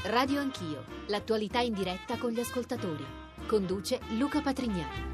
Radio Anch'io, l'attualità in diretta con gli ascoltatori. Conduce Luca Patrignani.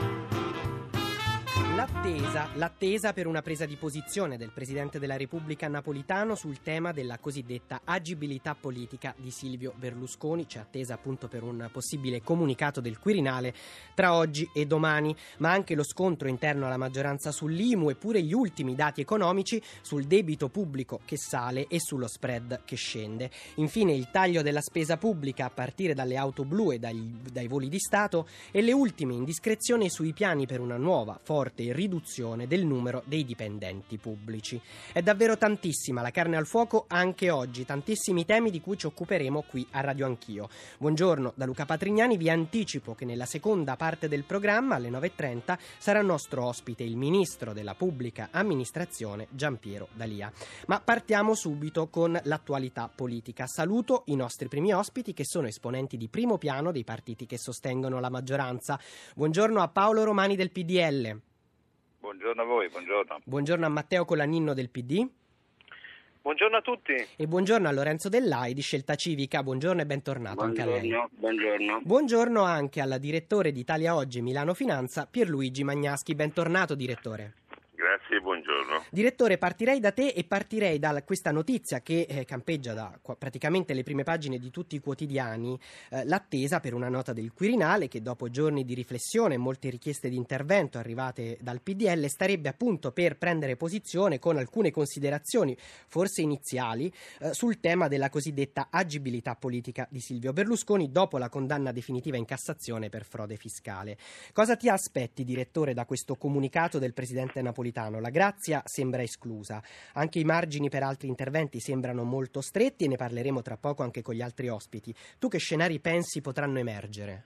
L'attesa per una presa di posizione del Presidente della Repubblica Napolitano sul tema della cosiddetta agibilità politica di Silvio Berlusconi. C'è attesa appunto per un possibile comunicato del Quirinale tra oggi e domani, ma anche lo scontro interno alla maggioranza sull'IMU e pure gli ultimi dati economici sul debito pubblico che sale e sullo spread che scende. Infine il taglio della spesa pubblica a partire dalle auto blu e dai voli di Stato e le ultime indiscrezioni sui piani per una nuova, forte riduzione del numero dei dipendenti pubblici. È davvero tantissima la carne al fuoco anche oggi, tantissimi temi di cui ci occuperemo qui a Radio Anch'io. Buongiorno da Luca Patrignani, vi anticipo che nella seconda parte del programma alle 9.30 sarà nostro ospite il ministro della pubblica amministrazione Gianpiero D'Alia. Ma partiamo subito con l'attualità politica. Saluto i nostri primi ospiti che sono esponenti di primo piano dei partiti che sostengono la maggioranza. Buongiorno a Paolo Romani del PDL. Buongiorno a voi, buongiorno. Buongiorno a Matteo Colaninno del PD. Buongiorno a tutti. E buongiorno a Lorenzo Dell'Ai di Scelta Civica. Buongiorno e bentornato anche a lei. Buongiorno. Buongiorno anche alla direttore di Italia Oggi Milano Finanza, Pierluigi Magnaschi. Bentornato, direttore. Grazie, buongiorno. Direttore, partirei da te e partirei da questa notizia che campeggia da praticamente le prime pagine di tutti i quotidiani, l'attesa per una nota del Quirinale che dopo giorni di riflessione e molte richieste di intervento arrivate dal PDL starebbe appunto per prendere posizione con alcune considerazioni, forse iniziali, sul tema della cosiddetta agibilità politica di Silvio Berlusconi dopo la condanna definitiva in Cassazione per frode fiscale. Cosa ti aspetti, direttore, da questo comunicato del presidente Napolitano? La grazia sembra esclusa, anche i margini per altri interventi sembrano molto stretti e ne parleremo tra poco anche con gli altri ospiti. Tu che scenari pensi potranno emergere?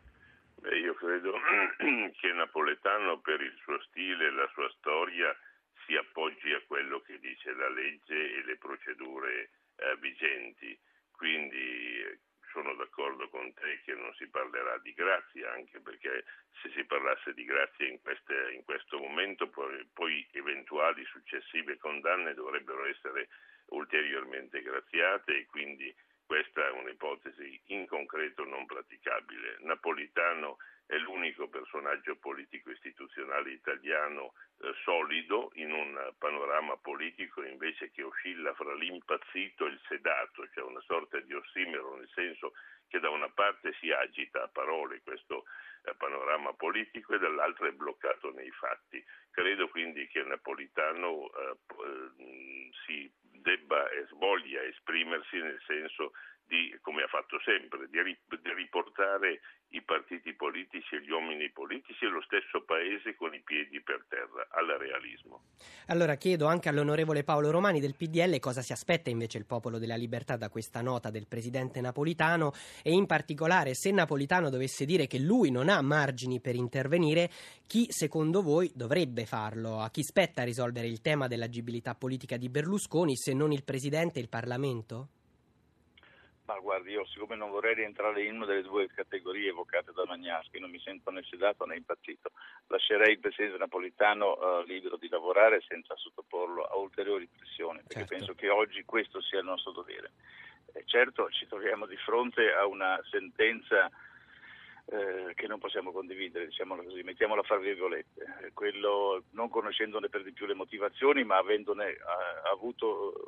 Io credo che Napolitano, per il suo stile e la sua storia, si appoggi a quello che dice la legge e le procedure vigenti, quindi sono d'accordo con te che non si parlerà di grazia, anche perché se si parlasse di grazia in questo momento poi eventuali successive condanne dovrebbero essere ulteriormente graziate e quindi questa è un'ipotesi in concreto non praticabile. Napolitano è l'unico personaggio politico istituzionale italiano solido in un panorama politico invece che oscilla fra l'impazzito e il sedato, cioè una sorta di ossimero, nel senso che da una parte si agita a parole questo panorama politico e dall'altra è bloccato nei fatti. Credo quindi che Napolitano si debba e voglia esprimersi nel senso di, come ha fatto sempre, di riportare i partiti politici e gli uomini politici e lo stesso Paese con i piedi per terra, al realismo. Allora chiedo anche all'onorevole Paolo Romani del PDL cosa si aspetta invece il Popolo della Libertà da questa nota del presidente Napolitano e in particolare se Napolitano dovesse dire che lui non ha margini per intervenire, chi secondo voi dovrebbe farlo? A chi spetta risolvere il tema dell'agibilità politica di Berlusconi se non il presidente e il Parlamento? Ma guardi, io siccome non vorrei rientrare in una delle due categorie evocate da Magnaschi, non mi sento né sedato né impazzito, lascerei il presidente Napolitano libero di lavorare senza sottoporlo a ulteriori pressioni, perché penso che oggi questo sia il nostro dovere. Certo ci troviamo di fronte a una sentenza che non possiamo condividere, diciamolo così, mettiamola fra virgolette, quello non conoscendone per di più le motivazioni ma avendone avuto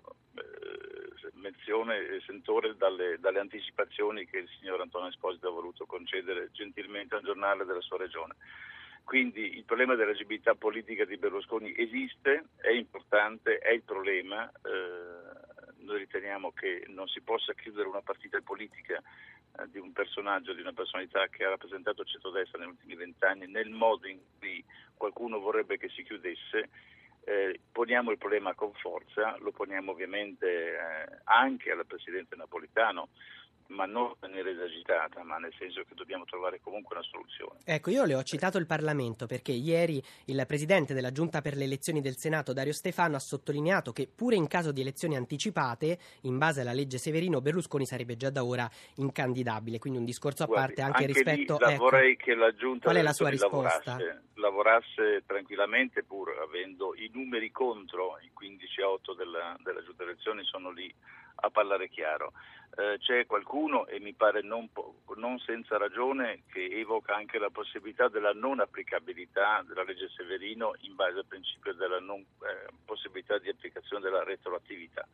menzione e sentore dalle anticipazioni che il signor Antonio Esposito ha voluto concedere gentilmente al giornale della sua regione. Quindi il problema dell'agibilità politica di Berlusconi esiste, è importante, è il problema. Noi riteniamo che non si possa chiudere una partita politica di un personaggio, di una personalità che ha rappresentato il centrodestra negli ultimi 20 anni nel modo in cui qualcuno vorrebbe che si chiudesse. Poniamo il problema con forza, lo poniamo ovviamente anche al presidente Napolitano, ma non in maniera esagitata, ma nel senso che dobbiamo trovare comunque una soluzione. Ecco, io le ho citato il Parlamento perché ieri il presidente della Giunta per le elezioni del Senato, Dario Stefano, ha sottolineato che pure in caso di elezioni anticipate, in base alla legge Severino, Berlusconi sarebbe già da ora incandidabile, quindi un discorso a parte anche rispetto... Lì vorrei che la Giunta qual è la sua risposta? Lavorasse tranquillamente, pur avendo i numeri contro, i 15-8 della Giunta delle elezioni sono lì a parlare chiaro. C'è qualcuno qualcuno, e mi pare non senza ragione, che evoca anche la possibilità della non applicabilità della legge Severino in base al principio della non possibilità di applicazione della retroattività.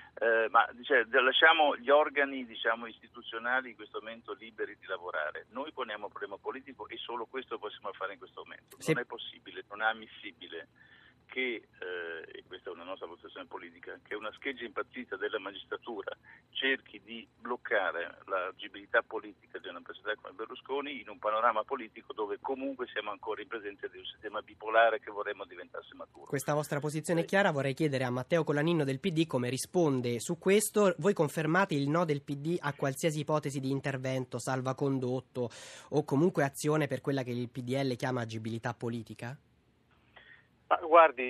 Lasciamo gli organi istituzionali in questo momento liberi di lavorare. Noi poniamo un problema politico e solo questo possiamo fare in questo momento. Non è possibile, non è ammissibile che, e questa è una nostra posizione politica, che una scheggia impazzita della magistratura cerchi di bloccare l'agibilità politica di una personalità come Berlusconi in un panorama politico dove comunque siamo ancora in presenza di un sistema bipolare che vorremmo diventasse maturo. Questa vostra posizione è chiara. Vorrei chiedere a Matteo Colaninno del PD come risponde su questo. Voi confermate il no del PD a qualsiasi ipotesi di intervento, salvacondotto o comunque azione per quella che il PDL chiama agibilità politica? Ma guardi,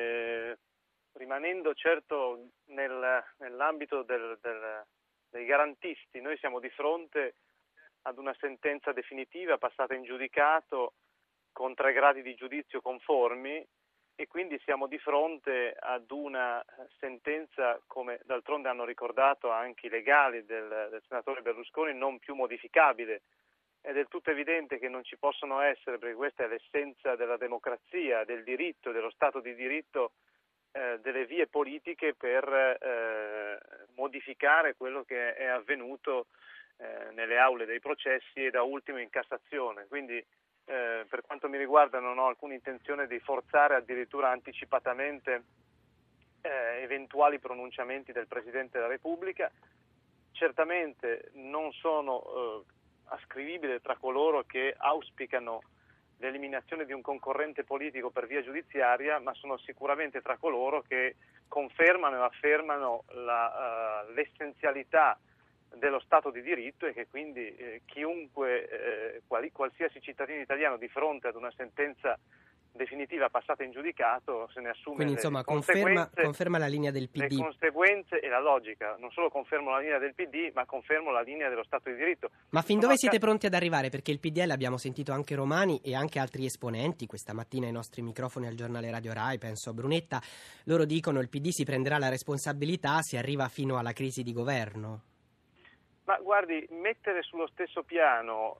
rimanendo certo nell'ambito dei garantisti, noi siamo di fronte ad una sentenza definitiva passata in giudicato con 3 gradi di giudizio conformi e quindi siamo di fronte ad una sentenza, come d'altronde hanno ricordato anche i legali del senatore Berlusconi, non più modificabile. È del tutto evidente che non ci possono essere, perché questa è l'essenza della democrazia, del diritto, dello Stato di diritto, delle vie politiche per modificare quello che è avvenuto nelle aule dei processi e da ultimo in Cassazione. Quindi per quanto mi riguarda non ho alcuna intenzione di forzare addirittura anticipatamente eventuali pronunciamenti del Presidente della Repubblica. Certamente non sono ascrivibile tra coloro che auspicano l'eliminazione di un concorrente politico per via giudiziaria, ma sono sicuramente tra coloro che confermano e affermano l'essenzialità dello Stato di diritto e che quindi chiunque, qualsiasi cittadino italiano di fronte ad una sentenza definitiva passata in giudicato se ne assume. Quindi insomma conferma la linea del PD. Le conseguenze e la logica. Non solo confermo la linea del PD, ma confermo la linea dello Stato di diritto. Ma fin dove siete pronti ad arrivare? Perché il PDL, abbiamo sentito anche Romani e anche altri esponenti questa mattina ai nostri microfoni al giornale Radio Rai, penso a Brunetta, loro dicono il PD si prenderà la responsabilità, si arriva fino alla crisi di governo. Ma guardi, mettere sullo stesso piano,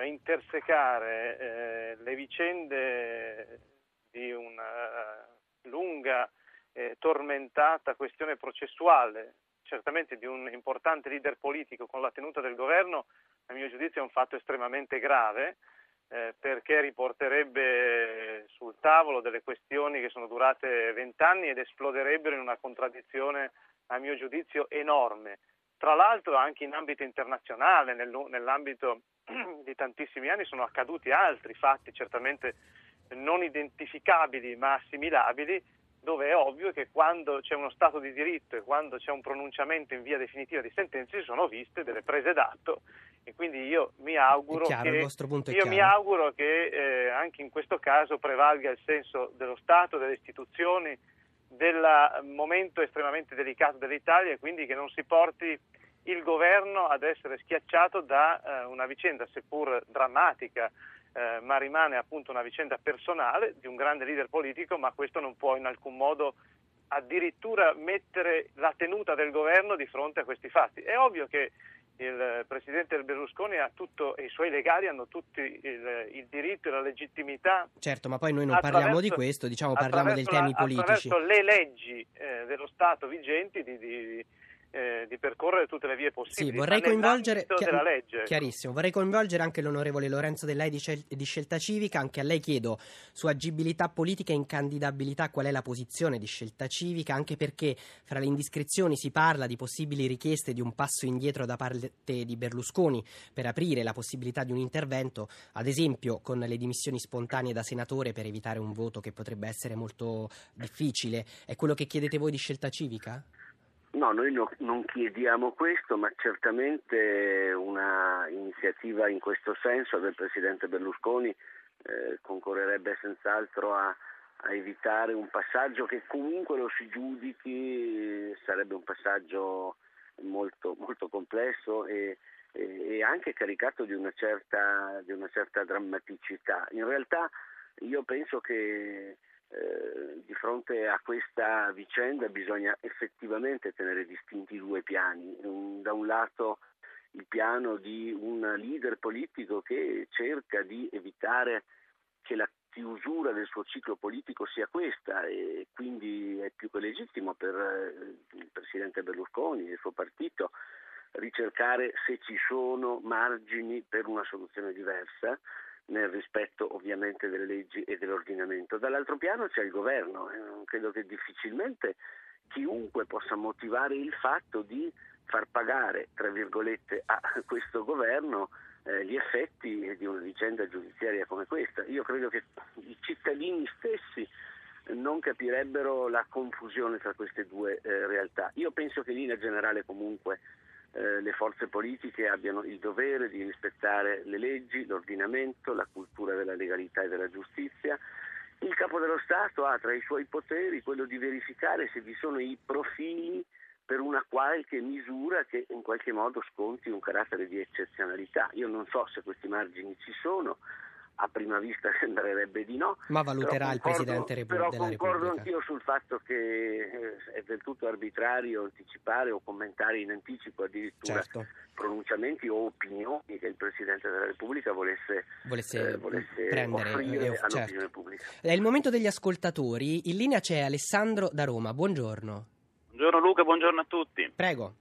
intersecare le vicende di una lunga tormentata questione processuale, certamente di un importante leader politico con la tenuta del governo, a mio giudizio è un fatto estremamente grave, perché riporterebbe sul tavolo delle questioni che sono durate 20 anni ed esploderebbero in una contraddizione, a mio giudizio, enorme. Tra l'altro anche in ambito internazionale, nell'ambito di tantissimi anni sono accaduti altri fatti certamente non identificabili ma assimilabili, dove è ovvio che quando c'è uno Stato di diritto e quando c'è un pronunciamento in via definitiva di sentenze si sono viste delle prese d'atto e quindi io mi auguro che anche in questo caso prevalga il senso dello Stato, delle istituzioni, del momento estremamente delicato dell'Italia e quindi che non si porti il governo ad essere schiacciato da una vicenda seppur drammatica, ma rimane appunto una vicenda personale di un grande leader politico, ma questo non può in alcun modo addirittura mettere la tenuta del governo di fronte a questi fatti. È ovvio che il presidente Berlusconi ha tutto e i suoi legali hanno tutti il diritto e la legittimità. Certo, ma poi noi non parliamo di questo, parliamo dei temi politici. Attraverso le leggi dello Stato vigenti di percorrere tutte le vie possibili. Sì, vorrei coinvolgere della legge. Chiarissimo, vorrei coinvolgere anche l'onorevole Lorenzo Dell'Ai di Scelta Civica. Anche a lei chiedo su agibilità politica e incandidabilità qual è la posizione di Scelta Civica, anche perché fra le indiscrezioni si parla di possibili richieste di un passo indietro da parte di Berlusconi per aprire la possibilità di un intervento, ad esempio con le dimissioni spontanee da senatore per evitare un voto che potrebbe essere molto difficile. È quello che chiedete voi di Scelta Civica? No, noi non chiediamo questo, ma certamente una iniziativa in questo senso del Presidente Berlusconi concorrerebbe senz'altro a evitare un passaggio che comunque lo si giudichi, sarebbe un passaggio molto, molto complesso e anche caricato di una certa drammaticità. In realtà io penso che di fronte a questa vicenda bisogna effettivamente tenere distinti 2 piani. Da un lato il piano di un leader politico che cerca di evitare che la chiusura del suo ciclo politico sia questa, e quindi è più che legittimo per il presidente Berlusconi e il suo partito ricercare se ci sono margini per una soluzione diversa, nel rispetto ovviamente delle leggi e dell'ordinamento. Dall'altro piano c'è il governo, credo che difficilmente chiunque possa motivare il fatto di far pagare, tra virgolette, a questo governo gli effetti di una vicenda giudiziaria come questa. Io credo che i cittadini stessi non capirebbero la confusione tra queste due realtà. Io penso che in linea generale comunque le forze politiche abbiano il dovere di rispettare le leggi, l'ordinamento, la cultura della legalità e della giustizia. Il Capo dello Stato ha tra i suoi poteri quello di verificare se vi sono i profili per una qualche misura che in qualche modo sconti un carattere di eccezionalità. Io non so se questi margini ci sono, a prima vista sembrerebbe di no. Ma valuterà il Presidente della Repubblica. Però concordo anch'io sul fatto che è del tutto arbitrario anticipare o commentare in anticipo addirittura pronunciamenti o opinioni che il Presidente della Repubblica volesse prendere offrire all'opinione pubblica. È il momento degli ascoltatori. In linea c'è Alessandro da Roma. Buongiorno. Buongiorno Luca, buongiorno a tutti. Prego.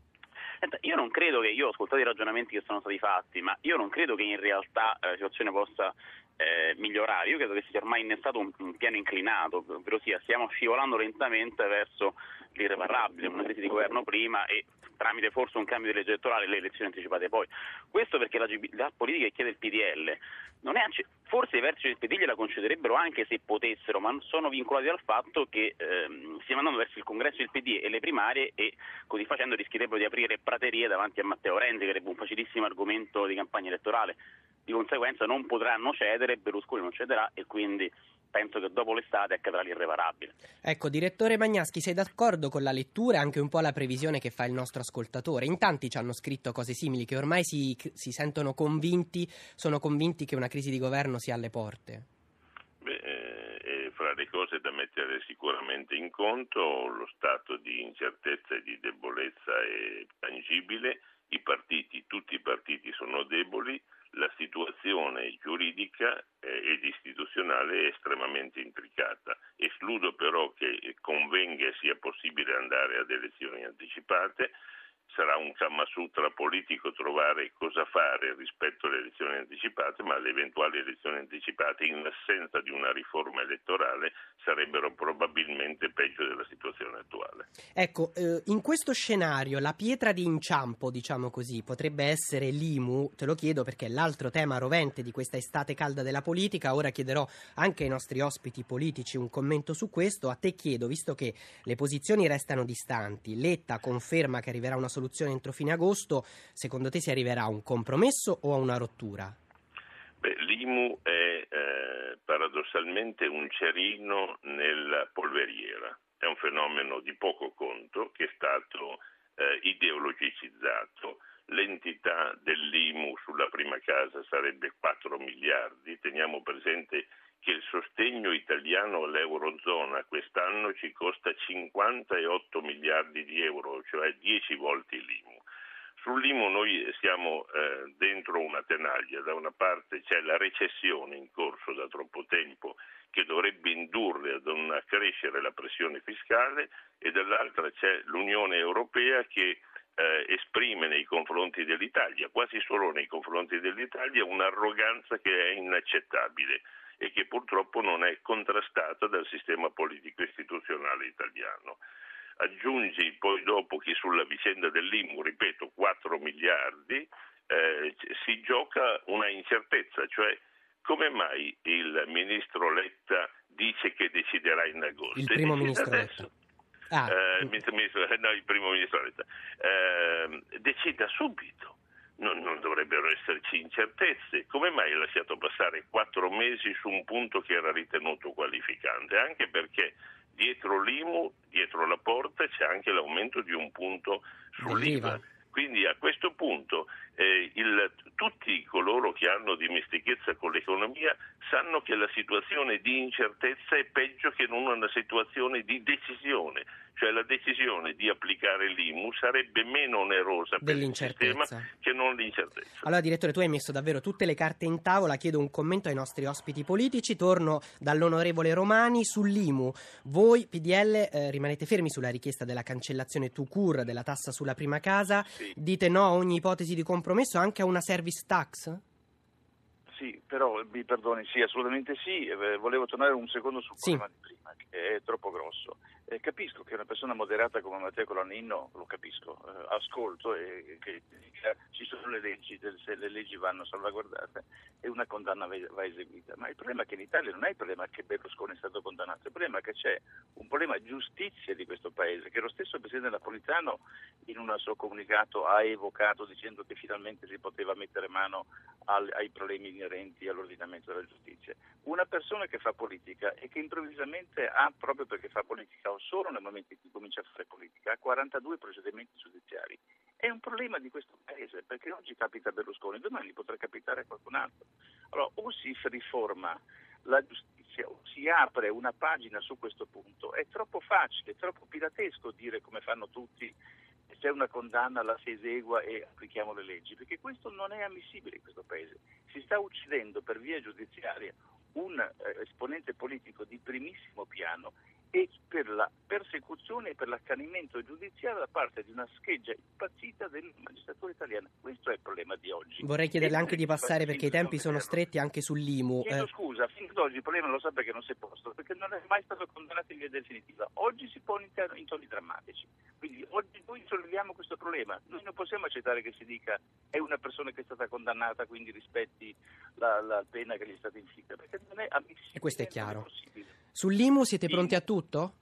Io non credo che, io ho ascoltato i ragionamenti che sono stati fatti, ma io non credo che in realtà la situazione possa migliorare. Io credo che sia ormai innestato un piano inclinato, ovvero sia stiamo scivolando lentamente verso l'irreparabile, una crisi di governo prima e tramite forse un cambio di legge elettorale le elezioni anticipate poi. Questo perché la politica che chiede il PDL non è forse i vertici del PD gliela concederebbero anche se potessero, ma sono vincolati dal fatto che stiamo andando verso il congresso del PD e le primarie, e così facendo rischierebbero di aprire praterie davanti a Matteo Renzi, che sarebbe un facilissimo argomento di campagna elettorale. Di conseguenza non potranno cedere, Berlusconi non cederà, e quindi penso che dopo l'estate accadrà l'irreparabile. Ecco, direttore Magnaschi, sei d'accordo con la lettura e anche un po' la previsione che fa il nostro ascoltatore? In tanti ci hanno scritto cose simili, che ormai si sentono convinti, sono convinti che una crisi di governo sia alle porte. Fra le cose da mettere sicuramente in conto, lo stato di incertezza e di debolezza è tangibile, tutti i partiti sono deboli, la situazione giuridica ed istituzionale è estremamente intricata. Escludo però che convenga e sia possibile andare ad elezioni anticipate. Sarà un Kama Sutra politico trovare cosa fare rispetto alle elezioni anticipate, ma le eventuali elezioni anticipate, in assenza di una riforma elettorale, sarebbero probabilmente peggio della situazione attuale. Ecco, in questo scenario la pietra di inciampo, diciamo così, potrebbe essere l'IMU. Te lo chiedo perché è l'altro tema rovente di questa estate calda della politica. Ora chiederò anche ai nostri ospiti politici un commento su questo. A te chiedo, visto che le posizioni restano distanti, Letta conferma che arriverà una soluzione entro fine agosto, secondo te si arriverà a un compromesso o a una rottura? L'IMU è paradossalmente un cerino nella polveriera, è un fenomeno di poco conto che è stato ideologicizzato. L'entità dell'IMU sulla prima casa sarebbe 4 miliardi, teniamo presente che il sostegno italiano all'Eurozona quest'anno ci costa 58 miliardi di euro, cioè 10 volte l'IMU. Sull'IMU noi siamo dentro una tenaglia. Da una parte c'è la recessione in corso da troppo tempo che dovrebbe indurre ad una crescere la pressione fiscale, e dall'altra c'è l'Unione Europea che esprime nei confronti dell'Italia, quasi solo nei confronti dell'Italia, un'arroganza che è inaccettabile e che purtroppo non è contrastata dal sistema politico istituzionale italiano. Aggiungi poi dopo che sulla vicenda dell'IMU, ripeto, 4 miliardi, si gioca una incertezza, cioè come mai il ministro Letta dice che deciderà in agosto? Il primo ministro Letta. Il primo ministro Letta decida subito. Non dovrebbero esserci incertezze. Come mai ha lasciato passare 4 mesi su un punto che era ritenuto qualificante? Anche perché dietro l'IMU, dietro la porta, c'è anche l'aumento di un punto sull'IVA. Quindi a questo punto tutti coloro che hanno dimestichezza con l'economia sanno che la situazione di incertezza è peggio che non una situazione di decisione. cioè la decisione di applicare l'IMU sarebbe meno onerosa per il sistema che non l'incertezza. Allora, direttore, tu hai messo davvero tutte le carte in tavola, chiedo un commento ai nostri ospiti politici, torno dall'onorevole Romani sull'IMU. Voi, PDL, rimanete fermi sulla richiesta della cancellazione tout court della tassa sulla prima casa, Sì. Dite no a ogni ipotesi di compromesso, anche a una service tax? Sì, però mi perdoni, sì, assolutamente sì. Volevo tornare un secondo sul problema di prima, che è troppo grosso. Capisco che una persona moderata come Matteo Colaninno, lo capisco, ascolto e che ci sono le leggi, se le leggi vanno salvaguardate e una condanna va eseguita. Ma il problema è che in Italia non è il problema che Berlusconi è stato condannato, il problema è che c'è un problema di giustizia di questo paese, che lo stesso Presidente Napolitano in un suo comunicato ha evocato dicendo che finalmente si poteva mettere mano ai problemi inerenti all'ordinamento della giustizia. Una persona che fa politica e che improvvisamente ha, proprio perché fa politica o solo nel momento in cui comincia a fare politica, ha 42 procedimenti giudiziari. È un problema di questo paese, perché oggi capita a Berlusconi, domani potrà capitare a qualcun altro. Allora, o si riforma la giustizia o si apre una pagina su questo punto. È troppo facile, è troppo piratesco dire, come fanno tutti, c'è una condanna, la si esegua e applichiamo le leggi, perché questo non è ammissibile in questo paese. Si sta uccidendo per via giudiziaria un esponente politico di primissimo piano e per la persecuzione e per l'accanimento giudiziario da parte di una scheggia impazzita della magistratura italiana. Questo è il problema di oggi. Vorrei chiederle anche di passare, perché i tempi sono stretti, anche sull'IMU. Chiedo scusa, fino ad oggi il problema lo sa perché non si è posto, perché non è mai stato condannato in via definitiva. Oggi si pone in toni drammatici. Quindi oggi noi solleviamo questo problema. Noi non possiamo accettare che si dica è una persona che è stata condannata, quindi rispetti la pena che gli è stata inflitta, perché non è ammissibile. E questo è chiaro. Sull'IMU siete pronti a tutto?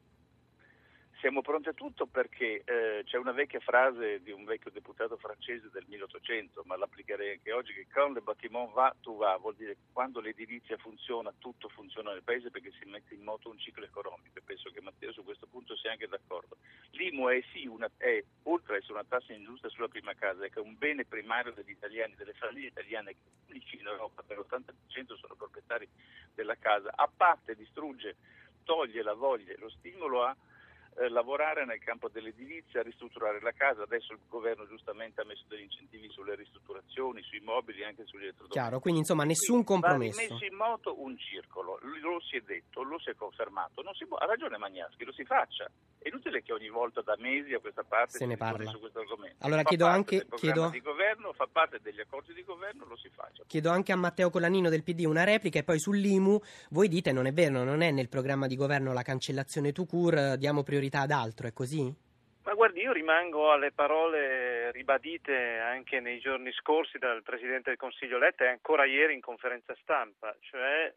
Siamo pronti a tutto perché c'è una vecchia frase di un vecchio deputato francese del 1800, ma l'applicherei anche oggi, che quand le bâtiment va, tout va, vuol dire che quando l'edilizia funziona, tutto funziona nel paese, perché si mette in moto un ciclo economico, e penso che Matteo su questo punto sia anche d'accordo. L'IMU è oltre ad essere una tassa ingiusta sulla prima casa, è che è un bene primario degli italiani, delle famiglie italiane, che unici in Europa, per l'80% sono proprietari della casa, a parte distrugge, toglie la voglia e lo stimolo a lavorare nel campo dell'edilizia, a ristrutturare la casa. Adesso il governo giustamente ha messo degli incentivi sulle ristrutturazioni, sui mobili e anche sugli elettrodomestici. Chiaro, quindi insomma nessun compromesso. Va rimesso in moto un circolo, lo si è detto, lo si è confermato, non si può, ha ragione Magnaschi, lo si faccia. È inutile che ogni volta da mesi a questa parte se ne parla su questo argomento. Allora fa chiedo parte anche del programma di governo, fa parte degli accordi di governo, lo si faccia. Chiedo anche a Matteo Colaninno del PD una replica, e poi sull'IMU voi dite non è vero, non è nel programma di governo la cancellazione tout court, diamo priorità ad altro, è così? Ma guardi, io rimango alle parole ribadite anche nei giorni scorsi dal Presidente del Consiglio Letta e ancora ieri in conferenza stampa, cioè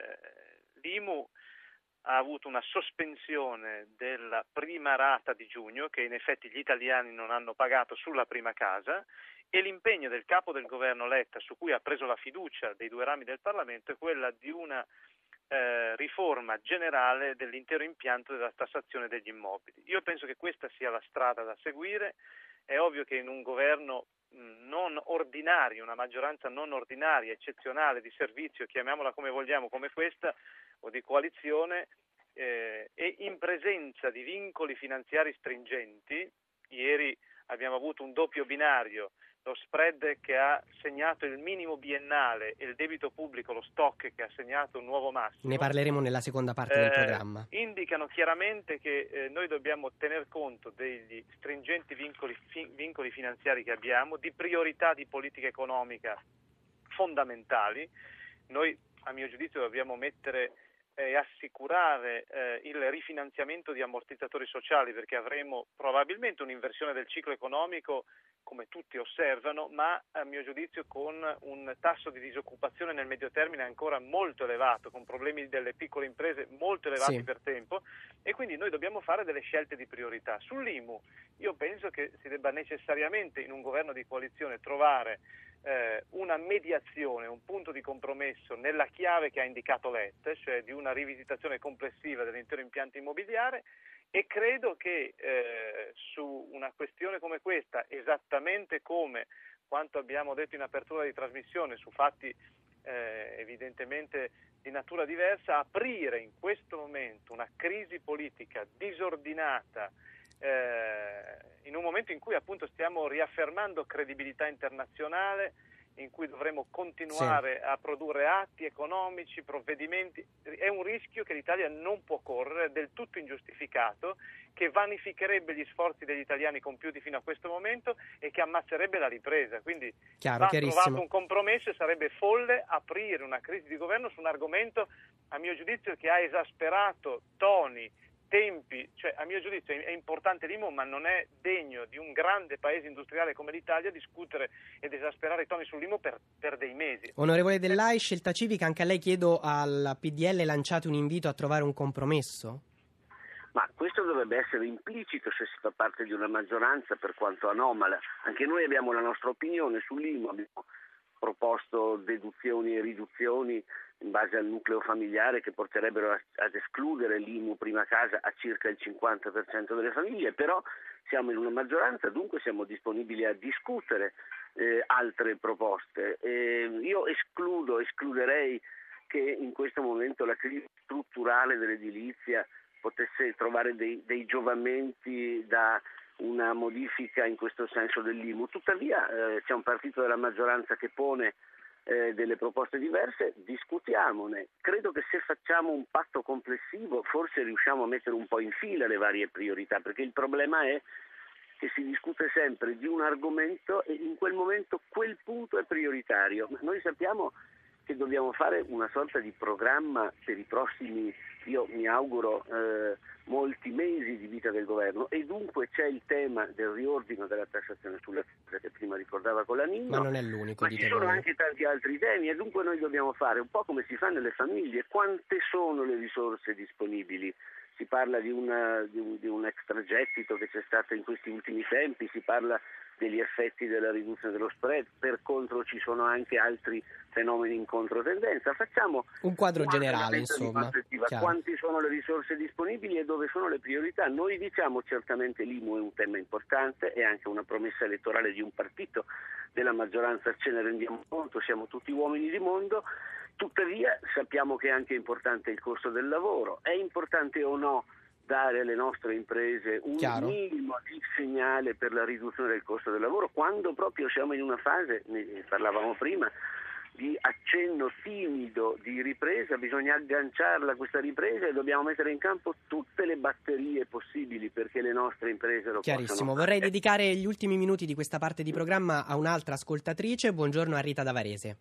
l'IMU ha avuto una sospensione della prima rata di giugno, che in effetti gli italiani non hanno pagato sulla prima casa, e l'impegno del capo del governo Letta, su cui ha preso la fiducia dei due rami del Parlamento, è quella di una riforma generale dell'intero impianto della tassazione degli immobili. Io penso che questa sia la strada da seguire. È ovvio che in un governo non ordinario, una maggioranza non ordinaria, eccezionale, di servizio, chiamiamola come vogliamo, come questa, o di coalizione, e in presenza di vincoli finanziari stringenti, ieri abbiamo avuto un doppio binario, lo spread che ha segnato il minimo biennale e il debito pubblico, lo stock che ha segnato un nuovo massimo. Ne parleremo nella seconda parte del programma. Indicano chiaramente che noi dobbiamo tener conto degli stringenti vincoli finanziari che abbiamo, di priorità di politica economica fondamentali. Noi, a mio giudizio, dobbiamo mettere e assicurare il rifinanziamento di ammortizzatori sociali, perché avremo probabilmente un'inversione del ciclo economico, come tutti osservano, ma a mio giudizio con un tasso di disoccupazione nel medio termine ancora molto elevato, con problemi delle piccole imprese molto elevati per tempo, e quindi noi dobbiamo fare delle scelte di priorità. Sull'IMU io penso che si debba necessariamente in un governo di coalizione trovare una mediazione, un punto di compromesso nella chiave che ha indicato Letta, cioè di una rivisitazione complessiva dell'intero impianto immobiliare, e credo che su una questione come questa, esattamente come quanto abbiamo detto in apertura di trasmissione su fatti evidentemente di natura diversa, aprire in questo momento una crisi politica disordinata in un momento in cui appunto stiamo riaffermando credibilità internazionale, in cui dovremo continuare a produrre atti economici, provvedimenti. È un rischio che l'Italia non può correre, del tutto ingiustificato, che vanificherebbe gli sforzi degli italiani compiuti fino a questo momento e che ammazzerebbe la ripresa. Quindi va trovato un compromesso e sarebbe folle aprire una crisi di governo su un argomento, a mio giudizio, che ha esasperato toni, tempi, cioè a mio giudizio è importante l'IMU, ma non è degno di un grande paese industriale come l'Italia discutere ed esasperare i toni sull'IMU per dei mesi. Onorevole Dell'Ai, Scelta Civica, anche a lei chiedo, al PDL lanciate un invito a trovare un compromesso? Ma questo dovrebbe essere implicito se si fa parte di una maggioranza, per quanto anomala. Anche noi abbiamo la nostra opinione sull'IMU, abbiamo proposto deduzioni e riduzioni in base al nucleo familiare che porterebbero ad escludere l'IMU prima casa a circa il 50% delle famiglie, però siamo in una maggioranza, dunque siamo disponibili a discutere altre proposte. Io escluderei che in questo momento la crisi strutturale dell'edilizia potesse trovare dei giovamenti da una modifica in questo senso dell'IMU. Tuttavia c'è un partito della maggioranza che pone delle proposte diverse, discutiamone. Credo che se facciamo un patto complessivo forse riusciamo a mettere un po' in fila le varie priorità, perché il problema è che si discute sempre di un argomento e in quel momento quel punto è prioritario. Ma noi sappiamo che dobbiamo fare una sorta di programma per i prossimi, io mi auguro, molti mesi di vita del governo, e dunque c'è il tema del riordino della tassazione sulle case che prima ricordava Colaninno. Ma non è l'unico, ma ci sono anche tanti altri temi, e dunque noi dobbiamo fare un po' come si fa nelle famiglie: quante sono le risorse disponibili? Si parla di un extragettito che c'è stato in questi ultimi tempi, si parla degli effetti della riduzione dello spread, per contro ci sono anche altri fenomeni in controtendenza. Facciamo un quadro generale, insomma. Quanti sono le risorse disponibili e dove sono le priorità? Noi diciamo certamente l'IMU è un tema importante, è anche una promessa elettorale di un partito della maggioranza, ce ne rendiamo conto, siamo tutti uomini di mondo. Tuttavia sappiamo che è anche importante il costo del lavoro. È importante o no dare alle nostre imprese un minimo di segnale per la riduzione del costo del lavoro, quando proprio siamo in una fase, ne parlavamo prima, di accenno timido di ripresa? Bisogna agganciarla questa ripresa e dobbiamo mettere in campo tutte le batterie possibili perché le nostre imprese lo possano. Chiarissimo. Vorrei dedicare gli ultimi minuti di questa parte di programma a un'altra ascoltatrice. Buongiorno a Rita da Varese.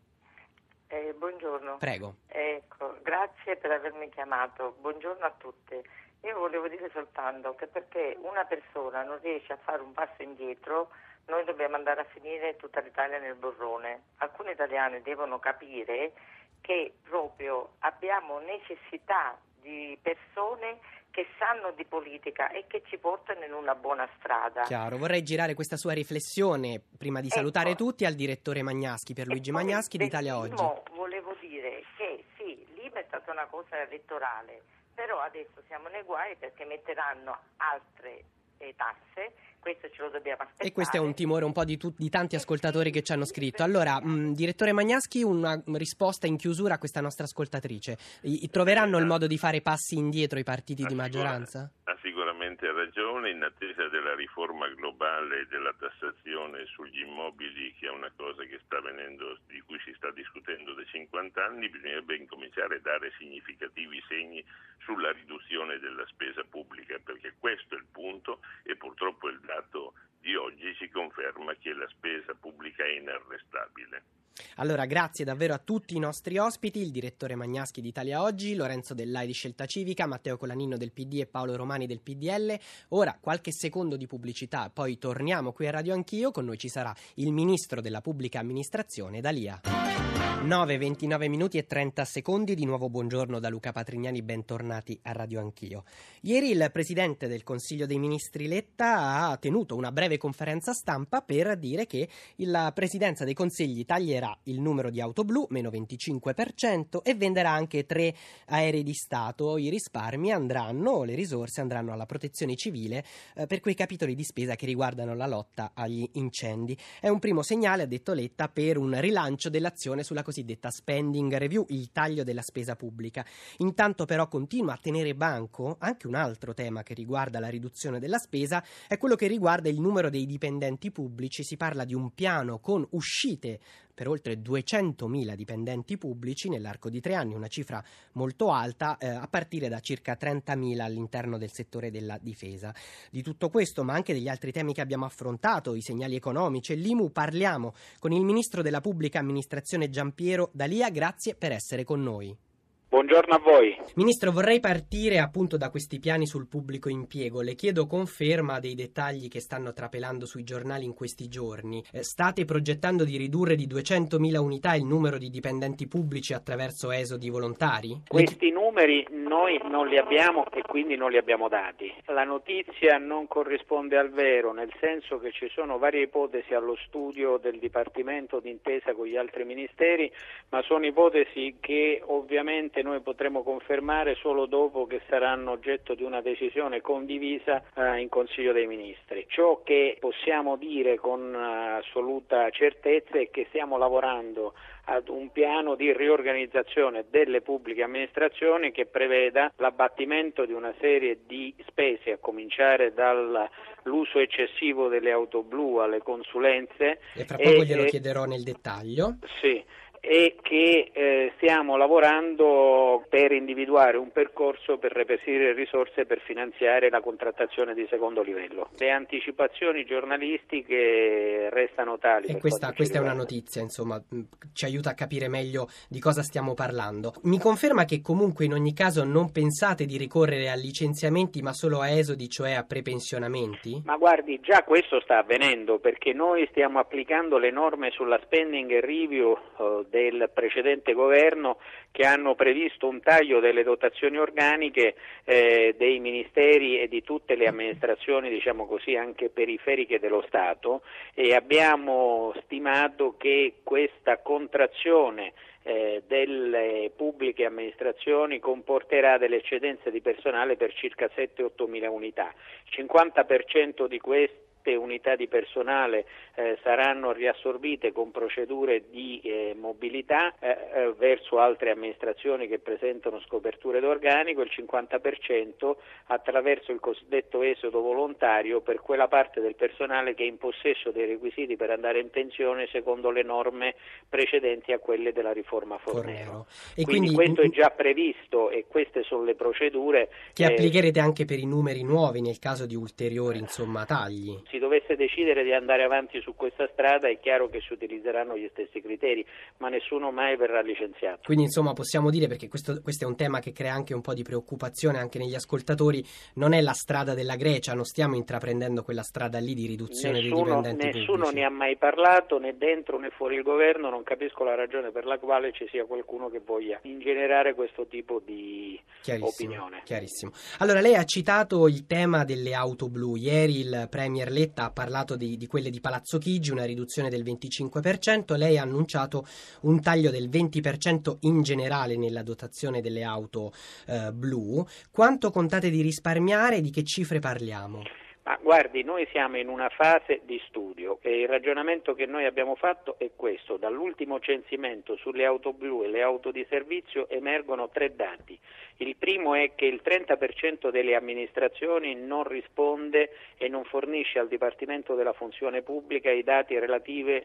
Buongiorno. Prego. Ecco, grazie per avermi chiamato. Buongiorno a tutti. Io volevo dire soltanto che perché una persona non riesce a fare un passo indietro, noi dobbiamo andare a finire tutta l'Italia nel burrone. Alcuni italiani devono capire che proprio abbiamo necessità di persone che sanno di politica e che ci portano in una buona strada. Chiaro, vorrei girare questa sua riflessione, prima di salutare tutti, al direttore Magnaschi, Pierluigi Magnaschi di Italia Oggi. Volevo dire che sì, l'IVA è stata una cosa elettorale, però adesso siamo nei guai perché metteranno altre tasse, questo ce lo dobbiamo aspettare. E questo è un timore un po' di tanti ascoltatori che ci hanno scritto. Allora, direttore Magnaschi, una risposta in chiusura a questa nostra ascoltatrice. Troveranno il modo di fare passi indietro i partiti di maggioranza? Ha sicuramente ragione, in attesa della riforma globale della tassazione sugli immobili, che è una cosa che sta avvenendo, di cui si sta discutendo da 50 anni, bisognerebbe incominciare a dare significativi segni sulla riduzione della spesa pubblica, perché questo è il punto e purtroppo il dato di oggi ci conferma che la spesa pubblica è inarrestabile. Allora, grazie davvero a tutti i nostri ospiti, il direttore Magnaschi di Italia Oggi, Lorenzo Dell'Ai di Scelta Civica, Matteo Colaninno del PD e Paolo Romani del PDL. Ora qualche secondo di pubblicità, poi torniamo qui a Radio Anch'io, con noi ci sarà il ministro della pubblica amministrazione, D'Alia. 9:29 minuti e 30 secondi, di nuovo buongiorno da Luca Patrignani, bentornati a Radio Anch'io. Ieri il presidente del Consiglio dei Ministri Letta ha tenuto una breve breve conferenza stampa per dire che la Presidenza dei Consigli taglierà il numero di auto blu, meno 25%, e venderà anche 3 aerei di Stato. I risparmi le risorse andranno alla protezione civile per quei capitoli di spesa che riguardano la lotta agli incendi. È un primo segnale, ha detto Letta, per un rilancio dell'azione sulla cosiddetta spending review, il taglio della spesa pubblica. Intanto però continua a tenere banco anche un altro tema che riguarda la riduzione della spesa, è quello che riguarda il numero dei dipendenti pubblici. Si parla di un piano con uscite per oltre 200.000 dipendenti pubblici nell'arco di 3 anni, una cifra molto alta, a partire da circa 30.000 all'interno del settore della difesa. Di tutto questo, ma anche degli altri temi che abbiamo affrontato, i segnali economici e l'IMU, parliamo con il ministro della Pubblica Amministrazione Giampiero D'Alia. Grazie per essere con noi. Buongiorno a voi. Ministro, vorrei partire appunto da questi piani sul pubblico impiego. Le chiedo conferma dei dettagli che stanno trapelando sui giornali in questi giorni. State progettando di ridurre di 200.000 unità il numero di dipendenti pubblici attraverso esodi volontari? Questi numeri noi non li abbiamo e quindi non li abbiamo dati. La notizia non corrisponde al vero, nel senso che ci sono varie ipotesi allo studio del Dipartimento d'intesa con gli altri ministeri, ma sono ipotesi che ovviamente noi potremo confermare solo dopo che saranno oggetto di una decisione condivisa in Consiglio dei Ministri. Ciò che possiamo dire con assoluta certezza è che stiamo lavorando ad un piano di riorganizzazione delle pubbliche amministrazioni che preveda l'abbattimento di una serie di spese, a cominciare dall'uso eccessivo delle auto blu alle consulenze. E fra poco glielo chiederò nel dettaglio. Sì. E che stiamo lavorando per individuare un percorso per reperire risorse per finanziare la contrattazione di secondo livello. Le anticipazioni giornalistiche restano tali. E questa è una notizia, insomma, ci aiuta a capire meglio di cosa stiamo parlando. Mi conferma che comunque in ogni caso non pensate di ricorrere a licenziamenti ma solo a esodi, cioè a prepensionamenti? Ma guardi, già questo sta avvenendo, perché noi stiamo applicando le norme sulla spending review del precedente governo, che hanno previsto un taglio delle dotazioni organiche dei ministeri e di tutte le amministrazioni, diciamo così, anche periferiche dello Stato, e abbiamo stimato che questa contrazione delle pubbliche amministrazioni comporterà delle eccedenze di personale per circa 7-8 mila unità. Il 50% di queste unità di personale saranno riassorbite con procedure di mobilità verso altre amministrazioni che presentano scoperture d'organico, il 50% attraverso il cosiddetto esodo volontario per quella parte del personale che è in possesso dei requisiti per andare in pensione secondo le norme precedenti a quelle della riforma Fornero. E quindi questo è già previsto e queste sono le procedure che applicherete anche per i numeri nuovi nel caso di ulteriori tagli. Si dovesse decidere di andare avanti su questa strada è chiaro che si utilizzeranno gli stessi criteri, ma nessuno mai verrà licenziato. Quindi insomma possiamo dire, perché questo è un tema che crea anche un po' di preoccupazione anche negli ascoltatori, non è la strada della Grecia, non stiamo intraprendendo quella strada lì di riduzione dei dipendenti pubblici. Nessuno ne ha mai parlato, né dentro né fuori il governo, non capisco la ragione per la quale ci sia qualcuno che voglia ingenerare questo tipo di opinione. Chiarissimo. Allora, lei ha citato il tema delle auto blu. Ieri il Premier Letta ha parlato di quelle di Palazzo Chigi, una riduzione del 25%. Lei ha annunciato un taglio del 20% in generale nella dotazione delle auto blu. Quanto contate di risparmiare e di che cifre parliamo? Ma guardi, noi siamo in una fase di studio e il ragionamento che noi abbiamo fatto è questo. Dall'ultimo censimento sulle auto blu e le auto di servizio emergono 3 dati. Il primo è che il 30% delle amministrazioni non risponde e non fornisce al Dipartimento della Funzione Pubblica i dati relativi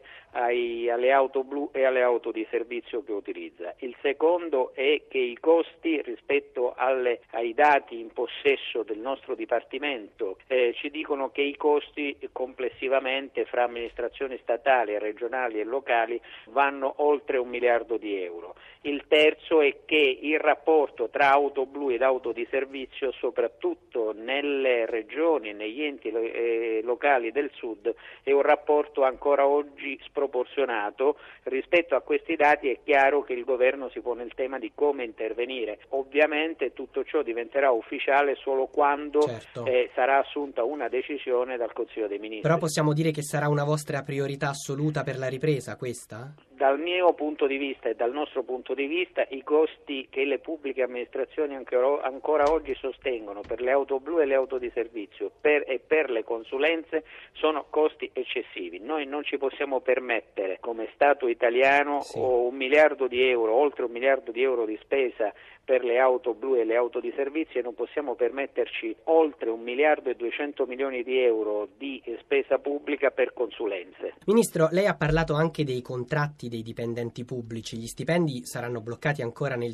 alle auto blu e alle auto di servizio che utilizza. Il secondo è che i costi rispetto ai dati in possesso del nostro Dipartimento ci dicono che i costi complessivamente fra amministrazioni statali, regionali e locali vanno oltre 1 miliardo di euro. Il terzo è che il rapporto tra auto blu ed auto di servizio, soprattutto nelle regioni e negli enti locali del sud, è un rapporto ancora oggi sproporzionato. Rispetto a questi dati è chiaro che il governo si pone il tema di come intervenire. Ovviamente tutto ciò diventerà ufficiale solo quando sarà assunta una una decisione dal Consiglio dei Ministri. Però possiamo dire che sarà una vostra priorità assoluta per la ripresa, questa? Dal mio punto di vista e dal nostro punto di vista, i costi che le pubbliche amministrazioni ancora oggi sostengono per le auto blu e le auto di servizio e per le consulenze sono costi eccessivi. Noi non ci possiamo permettere, come Stato italiano, $1 miliardo, oltre $1 miliardo di spesa per le auto blu e le auto di servizio, e non possiamo permetterci oltre €1,2 miliardi di spesa pubblica per consulenze. Ministro, lei ha parlato anche dei contratti dei dipendenti pubblici. Gli stipendi saranno bloccati ancora nel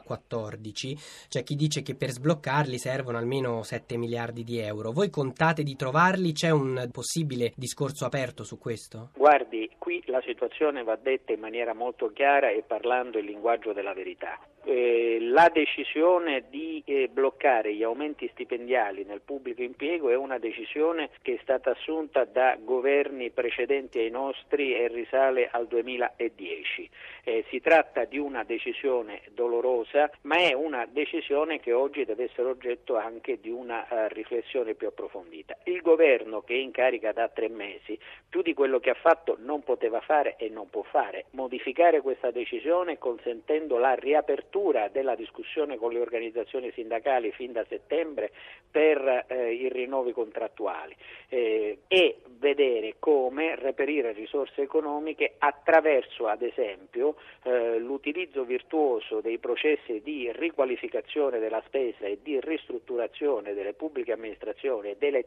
2014. C'è chi dice che per sbloccarli servono almeno €7 miliardi. Voi contate di trovarli? C'è un possibile discorso aperto su questo? Guardi, qui la situazione va detta in maniera molto chiara e parlando il linguaggio della verità. La decisione di bloccare gli aumenti stipendiali nel pubblico impiego è una decisione che è stata assunta da governi precedenti ai nostri e risale al 2010. Si tratta di una decisione dolorosa, ma è una decisione che oggi deve essere oggetto anche di una riflessione più approfondita. Il governo, che è in carica da 3 mesi, più di quello che ha fatto non poteva fare e non può fare. Modificare questa decisione consentendo la riapertura della discussione con le organizzazioni sindacali fin da settembre per i rinnovi contrattuali e vedere come reperire risorse economiche attraverso, ad esempio, l'utilizzo virtuoso dei processi di riqualificazione della spesa e di ristrutturazione delle pubbliche amministrazioni e delle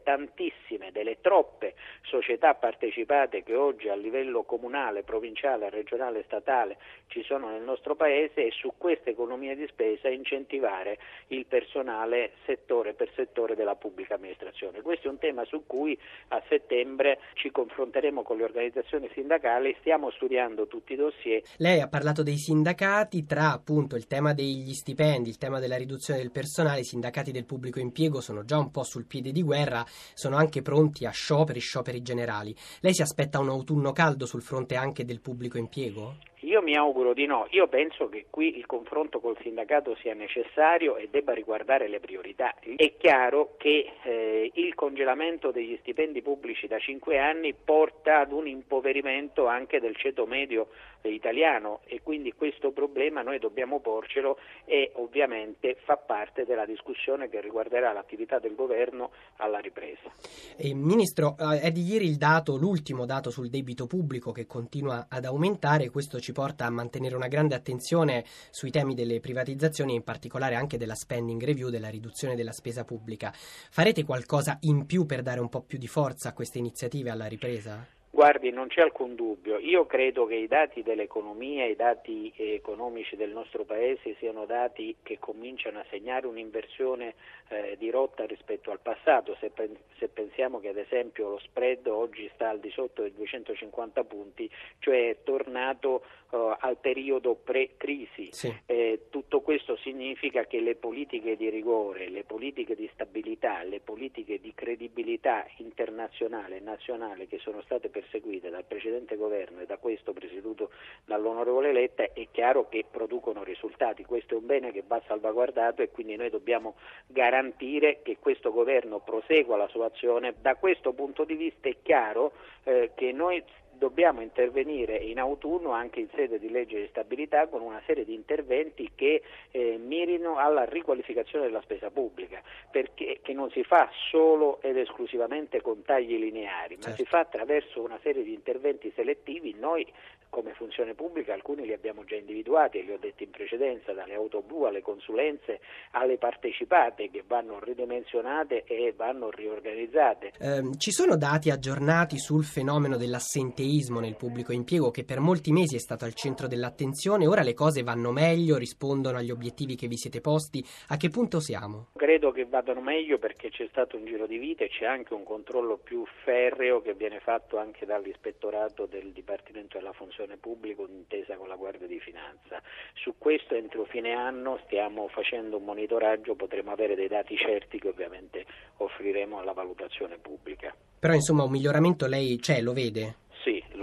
troppe società partecipate che oggi a livello comunale, provinciale, regionale e statale ci sono nel nostro Paese, e su queste economie di spesa incentivare il personale settore per settore della pubblica amministrazione. Questo è un tema su cui a settembre ci confronteremo con le organizzazioni sindacali, stiamo studiando tutti i dossier. Lei ha parlato dei sindacati, tra appunto il tema degli stipendi, il tema della riduzione del personale. I sindacati del pubblico impiego sono già un po' sul piede di guerra, sono anche pronti a scioperi generali. Lei si aspetta un autunno caldo sul fronte anche del pubblico impiego? Io mi auguro di no. Io penso che qui il confronto col sindacato sia necessario e debba riguardare le priorità. È chiaro che il congelamento degli stipendi pubblici da 5 anni porta ad un impoverimento anche del ceto medio italiano, e quindi questo problema noi dobbiamo porcelo, e ovviamente fa parte della discussione che riguarderà l'attività del governo alla ripresa. Ministro, è di ieri l'ultimo dato sul debito pubblico che continua ad aumentare. Questo ci porta a mantenere una grande attenzione sui temi delle privatizzazioni e in particolare anche della spending review, della riduzione della spesa pubblica. Farete qualcosa in più per dare un po' più di forza a queste iniziative alla ripresa? Guardi, non c'è alcun dubbio. Io credo che i dati dell'economia, i dati economici del nostro Paese siano dati che cominciano a segnare un'inversione di rotta rispetto al passato. Se pensiamo che ad esempio lo spread oggi sta al di sotto dei 250 punti, cioè è tornato al periodo pre-crisi. Sì. Tutto questo significa che le politiche di rigore, le politiche di stabilità, le politiche di credibilità internazionale e nazionale che sono state perseguite dal precedente governo e da questo presieduto dall'onorevole Letta, è chiaro che producono risultati. Questo è un bene che va salvaguardato, e quindi noi dobbiamo garantire che questo governo prosegua la sua azione. Da questo punto di vista è chiaro che noi dobbiamo intervenire in autunno anche in sede di legge di stabilità con una serie di interventi che mirino alla riqualificazione della spesa pubblica, perché che non si fa solo ed esclusivamente con tagli lineari, ma si fa attraverso una serie di interventi selettivi. Noi come funzione pubblica alcuni li abbiamo già individuati e li ho detti in precedenza, dalle auto blu alle consulenze alle partecipate, che vanno ridimensionate e vanno riorganizzate. Ci sono dati aggiornati sul fenomeno dell'assenteismo nel pubblico impiego, che per molti mesi è stato al centro dell'attenzione? Ora le cose vanno meglio, rispondono agli obiettivi che vi siete posti? A che punto siamo? Credo che vadano meglio, perché c'è stato un giro di vite e c'è anche un controllo più ferreo che viene fatto anche dall'ispettorato del Dipartimento della Funzione Pubblica d'intesa con la Guardia di Finanza. Su questo entro fine anno stiamo facendo un monitoraggio, potremo avere dei dati certi che ovviamente offriremo alla valutazione pubblica. Però insomma un miglioramento lei lo vede? Sì, lo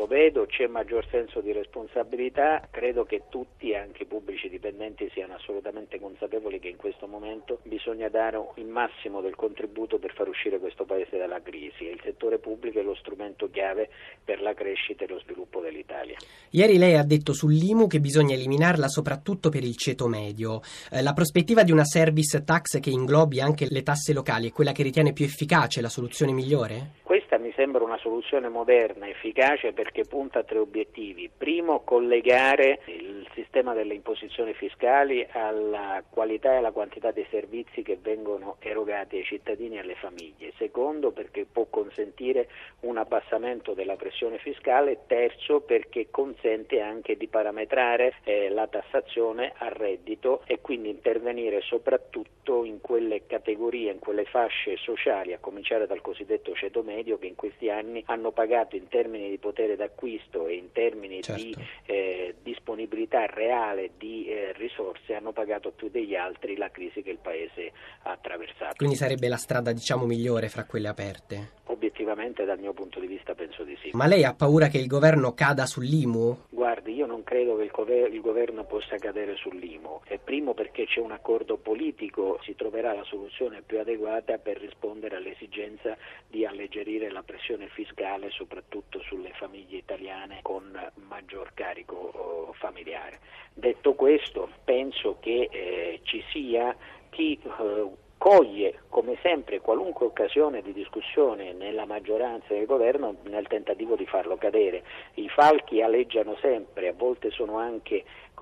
lo vedo, c'è maggior senso di responsabilità, credo che tutti, anche i pubblici dipendenti, siano assolutamente consapevoli che in questo momento bisogna dare il massimo del contributo per far uscire questo Paese dalla crisi, e il settore pubblico è lo strumento chiave per la crescita e lo sviluppo dell'Italia. Ieri lei ha detto sull'IMU che bisogna eliminarla soprattutto per il ceto medio. La prospettiva di una service tax che inglobi anche le tasse locali è quella che ritiene più efficace, la soluzione migliore? Questa mi sembra una soluzione moderna, efficace, perché punta a 3 obiettivi. Primo, collegare il sistema delle imposizioni fiscali alla qualità e alla quantità dei servizi che vengono erogati ai cittadini e alle famiglie. Secondo, perché può consentire un abbassamento della pressione fiscale. Terzo, perché consente anche di parametrare la tassazione al reddito e quindi intervenire soprattutto in quelle categorie, in quelle fasce sociali, a cominciare dal cosiddetto ceto medio, che in questi anni hanno pagato in termini di potere d'acquisto e in termini di disponibilità reale di risorse, hanno pagato più degli altri la crisi che il Paese ha attraversato. Quindi sarebbe la strada, migliore fra quelle aperte? Obiettivamente, dal mio punto di vista, penso di sì. Ma lei ha paura che il governo cada sull'IMU? Guardi, io non credo che il governo possa cadere sull'IMU. Primo, perché c'è un accordo politico, si troverà la soluzione più adeguata per rispondere all'esigenza di alleggerire la pressione fiscale, soprattutto sulle famiglie italiane con maggior carico familiare. Detto questo, penso che ci sia chi coglie come sempre qualunque occasione di discussione nella maggioranza del governo nel tentativo di farlo cadere. I falchi aleggiano sempre, a volte sono anche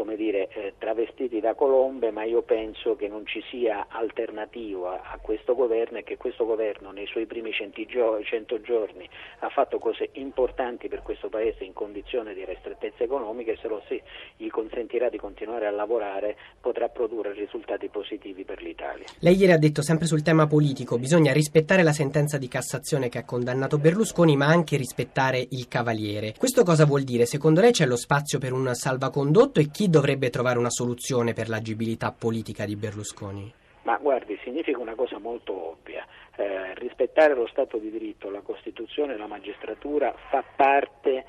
travestiti da colombe, ma io penso che non ci sia alternativa a questo governo e che questo governo nei suoi primi 100 giorni ha fatto cose importanti per questo Paese in condizione di ristrettezza economica, e se gli consentirà di continuare a lavorare potrà produrre risultati positivi per l'Italia. Lei ieri ha detto, sempre sul tema politico, bisogna rispettare la sentenza di Cassazione che ha condannato Berlusconi, ma anche rispettare il Cavaliere. Questo cosa vuol dire? Secondo lei c'è lo spazio per un salvacondotto, e chi dovrebbe trovare una soluzione per l'agibilità politica di Berlusconi? Ma guardi, significa una cosa molto ovvia. Rispettare lo Stato di diritto, la Costituzione e la magistratura fa parte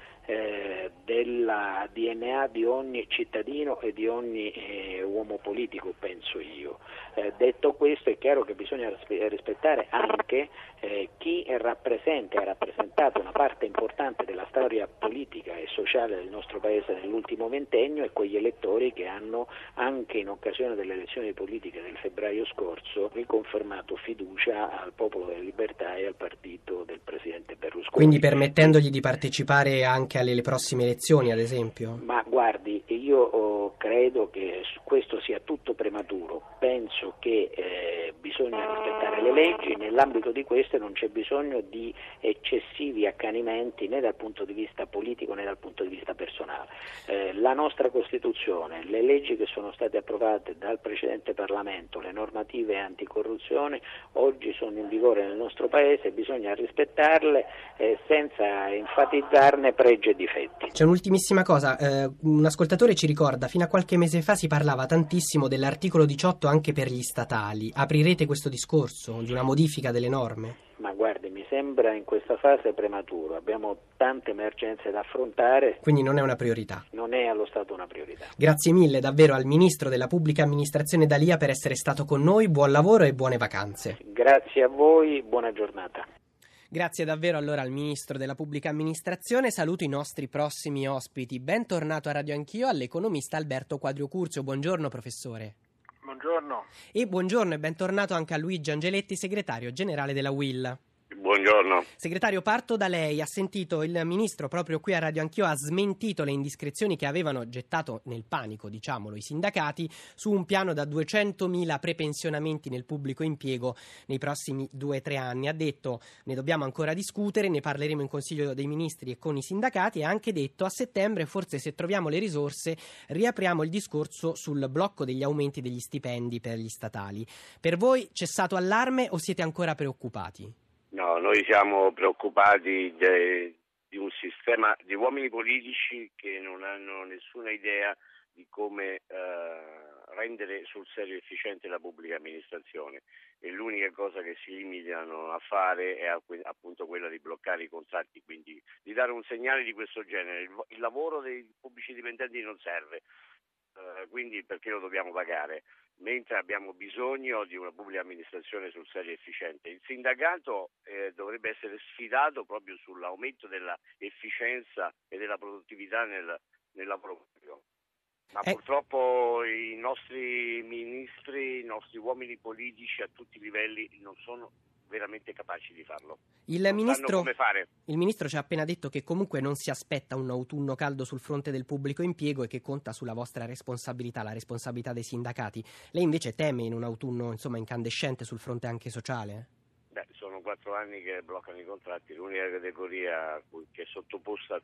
della DNA di ogni cittadino e di ogni uomo politico, penso io. Detto questo, è chiaro che bisogna rispettare anche chi ha rappresentato una parte importante della storia politica e sociale del nostro Paese nell'ultimo ventennio, e quegli elettori che hanno, anche in occasione delle elezioni politiche del febbraio scorso, riconfermato fiducia al Popolo della Libertà e al partito del Presidente Berlusconi. Quindi permettendogli di partecipare anche alle prossime elezioni, ad esempio? Ma guardi, io credo che questo sia tutto prematuro. Penso che bisogna rispettare le leggi, nell'ambito di queste non c'è bisogno di eccessivi accanimenti né dal punto di vista politico né dal punto di vista personale. La nostra Costituzione, le leggi che sono state approvate dal precedente Parlamento, le normative anticorruzione oggi sono in vigore nel nostro Paese, bisogna rispettarle senza enfatizzarne pregi e difetti. C'è un'ultimissima cosa, un ascoltatore ci ricorda, fino a qualche mese fa si parlava tantissimo dell'articolo 18 anche per gli statali. Aprirete questo discorso di una modifica delle norme? Ma guardi, mi sembra in questa fase prematuro, abbiamo tante emergenze da affrontare. Quindi non è una priorità? Non è allo Stato una priorità. Grazie mille davvero al Ministro della Pubblica Amministrazione D'Alia per essere stato con noi, buon lavoro e buone vacanze. Grazie a voi, buona giornata. Grazie davvero allora al Ministro della Pubblica Amministrazione. Saluto i nostri prossimi ospiti. Bentornato a Radio Anch'io all'economista Alberto Quadrio Curzio. Buongiorno professore. Buongiorno. E buongiorno e bentornato anche a Luigi Angeletti, segretario generale della UIL. Buongiorno. Segretario, parto da lei. Ha sentito il Ministro proprio qui a Radio Anch'io, ha smentito le indiscrezioni che avevano gettato nel panico, diciamolo, i sindacati su un piano da 200.000 prepensionamenti nel pubblico impiego nei prossimi 2-3 anni. Ha detto ne dobbiamo ancora discutere, ne parleremo in Consiglio dei Ministri e con i sindacati, e ha anche detto a settembre forse se troviamo le risorse riapriamo il discorso sul blocco degli aumenti degli stipendi per gli statali. Per voi cessato allarme o siete ancora preoccupati? No, noi siamo preoccupati di un sistema di uomini politici che non hanno nessuna idea di come rendere sul serio efficiente la pubblica amministrazione, e l'unica cosa che si limitano a fare è appunto quella di bloccare i contratti, quindi di dare un segnale di questo genere. Il lavoro dei pubblici dipendenti non serve, quindi perché lo dobbiamo pagare? Mentre abbiamo bisogno di una pubblica amministrazione sul serio e efficiente. Il sindacato dovrebbe essere sfidato proprio sull'aumento della efficienza e della produttività nel lavoro pubblico. Ma purtroppo i nostri ministri, i nostri uomini politici a tutti i livelli non sono veramente capaci di farlo. Il ministro ci ha appena detto che comunque non si aspetta un autunno caldo sul fronte del pubblico impiego e che conta sulla vostra responsabilità, la responsabilità dei sindacati. Lei invece teme in un autunno incandescente sul fronte anche sociale? Sono 4 anni che bloccano i contratti, l'unica categoria che è sottoposta a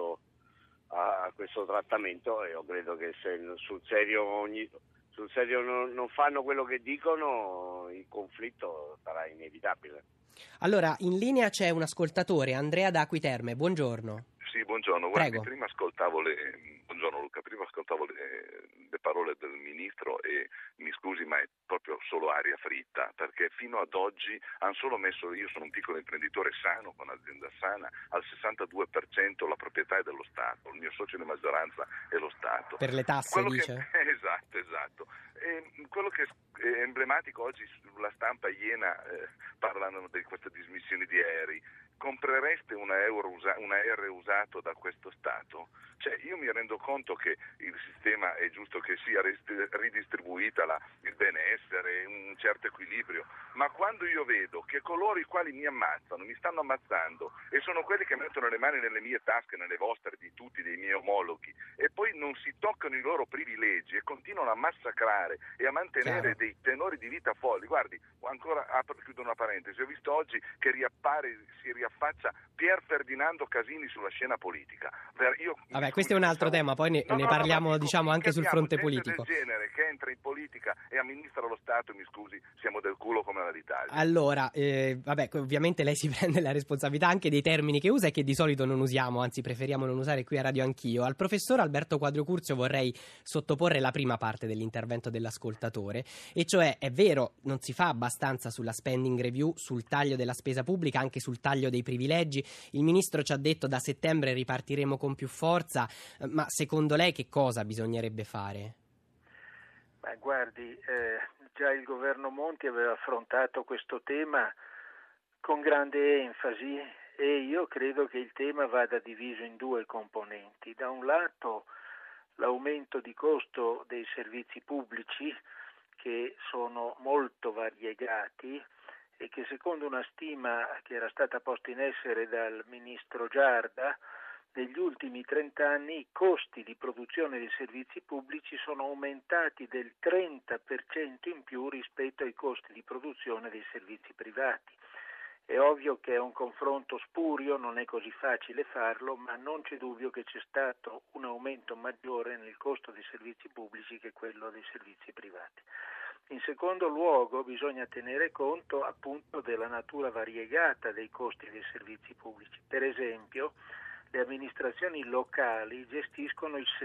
questo trattamento, e io credo che se sul serio non fanno quello che dicono, il conflitto sarà inevitabile. Allora, in linea c'è un ascoltatore, Andrea da Acquiterme. Buongiorno. Sì, buongiorno. Guardi, buongiorno Luca, prima ascoltavo le parole del ministro e mi scusi, ma è proprio solo aria fritta, perché fino ad oggi hanno solo messo, io sono un piccolo imprenditore sano con azienda sana, al 62% la proprietà è dello Stato, il mio socio di maggioranza è lo Stato. Per le tasse, dice? Esatto. E quello che è emblematico oggi sulla stampa iena parlano di queste dismissioni di aerei. Comprereste un aereo usato da questo Stato? Cioè, io mi rendo conto che il sistema è giusto che sia ridistribuita il benessere, un certo equilibrio, ma quando io vedo che coloro i quali mi ammazzano, mi stanno ammazzando e sono quelli che mettono le mani nelle mie tasche, nelle vostre, di tutti, dei miei omologhi, e poi non si toccano i loro privilegi e continuano a massacrare e a mantenere dei tenori di vita folli. Guardi, ancora chiudo una parentesi, ho visto oggi che si riaffaccia Pier Ferdinando Casini sulla scena politica. Questo è un altro tema, poi ne parliamo anche sul fronte politico. Del genere che entra in politica e amministra lo Stato, mi scusi, siamo del culo come l'Italia. Allora, ovviamente lei si prende la responsabilità anche dei termini che usa e che di solito non usiamo, anzi preferiamo non usare qui a radio anch'io. Al professor Alberto Quadrio Curzio vorrei sottoporre la prima parte dell'intervento dell'ascoltatore, e cioè è vero, non si fa abbastanza sulla spending review, sul taglio della spesa pubblica, anche sul taglio dei privilegi. Il ministro ci ha detto da settembre ripartiremo con più forza, ma secondo lei che cosa bisognerebbe fare? Guardi, già il governo Monti aveva affrontato questo tema con grande enfasi e io credo che il tema vada diviso in 2 componenti. Da un lato l'aumento di costo dei servizi pubblici, che sono molto variegati e che secondo una stima che era stata posta in essere dal ministro Giarda, negli ultimi 30 anni i costi di produzione dei servizi pubblici sono aumentati del 30% in più rispetto ai costi di produzione dei servizi privati. È ovvio che è un confronto spurio, non è così facile farlo, ma non c'è dubbio che c'è stato un aumento maggiore nel costo dei servizi pubblici che quello dei servizi privati. In secondo luogo bisogna tenere conto appunto della natura variegata dei costi dei servizi pubblici. Per esempio, le amministrazioni locali gestiscono il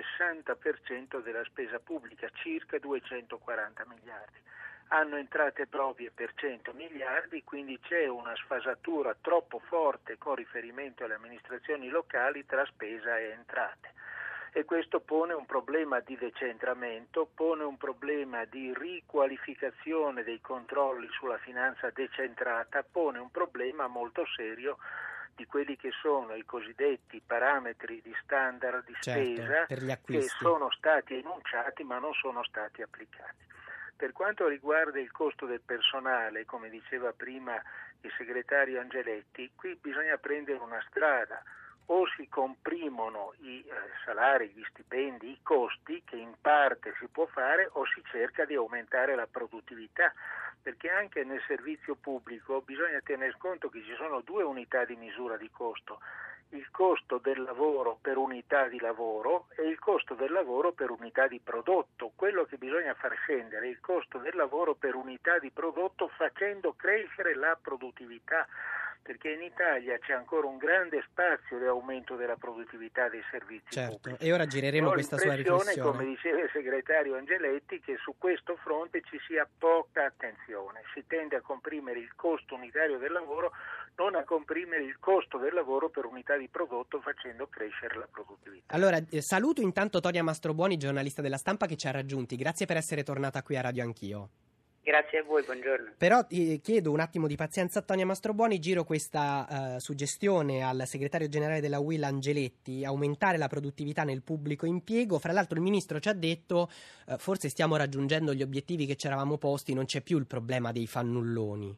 60% della spesa pubblica, circa 240 miliardi. Hanno entrate proprie per 100 miliardi, quindi c'è una sfasatura troppo forte con riferimento alle amministrazioni locali tra spesa e entrate. E questo pone un problema di decentramento, pone un problema di riqualificazione dei controlli sulla finanza decentrata, pone un problema molto serio di quelli che sono i cosiddetti parametri di standard di spesa che sono stati enunciati ma non sono stati applicati. Per quanto riguarda il costo del personale, come diceva prima il segretario Angeletti, qui bisogna prendere una strada. O si comprimono i salari, gli stipendi, i costi, che in parte si può fare, o si cerca di aumentare la produttività, perché anche nel servizio pubblico bisogna tener conto che ci sono 2 unità di misura di costo: il costo del lavoro per unità di lavoro e il costo del lavoro per unità di prodotto. Quello che bisogna far scendere è il costo del lavoro per unità di prodotto facendo crescere la produttività, perché in Italia c'è ancora un grande spazio di aumento della produttività dei servizi pubblici. E ora gireremo questa sua riflessione. Come diceva il segretario Angeletti, che su questo fronte ci sia poca attenzione. Si tende a comprimere il costo unitario del lavoro, non a comprimere il costo del lavoro per unità di prodotto, facendo crescere la produttività. Allora, saluto intanto Tonia Mastrobuoni, giornalista della Stampa, che ci ha raggiunti. Grazie per essere tornata qui a Radio Anch'io. Grazie a voi, buongiorno. Però chiedo un attimo di pazienza a Tonia Mastrobuoni, giro questa suggestione al segretario generale della UIL Angeletti, aumentare la produttività nel pubblico impiego. Fra l'altro il ministro ci ha detto forse stiamo raggiungendo gli obiettivi che ci eravamo posti, non c'è più il problema dei fannulloni.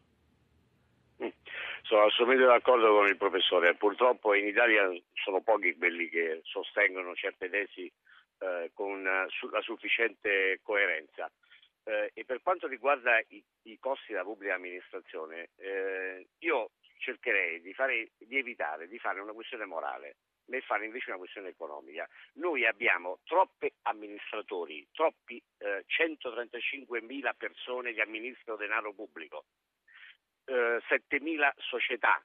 Sono assolutamente d'accordo con il professore, purtroppo in Italia sono pochi quelli che sostengono certe tesi con la sufficiente coerenza. E per quanto riguarda i costi della pubblica amministrazione, io cercherei di evitare di fare una questione morale, e fare invece una questione economica. Noi abbiamo troppi amministratori, 135.000 persone che amministrano denaro pubblico, 7.000 società.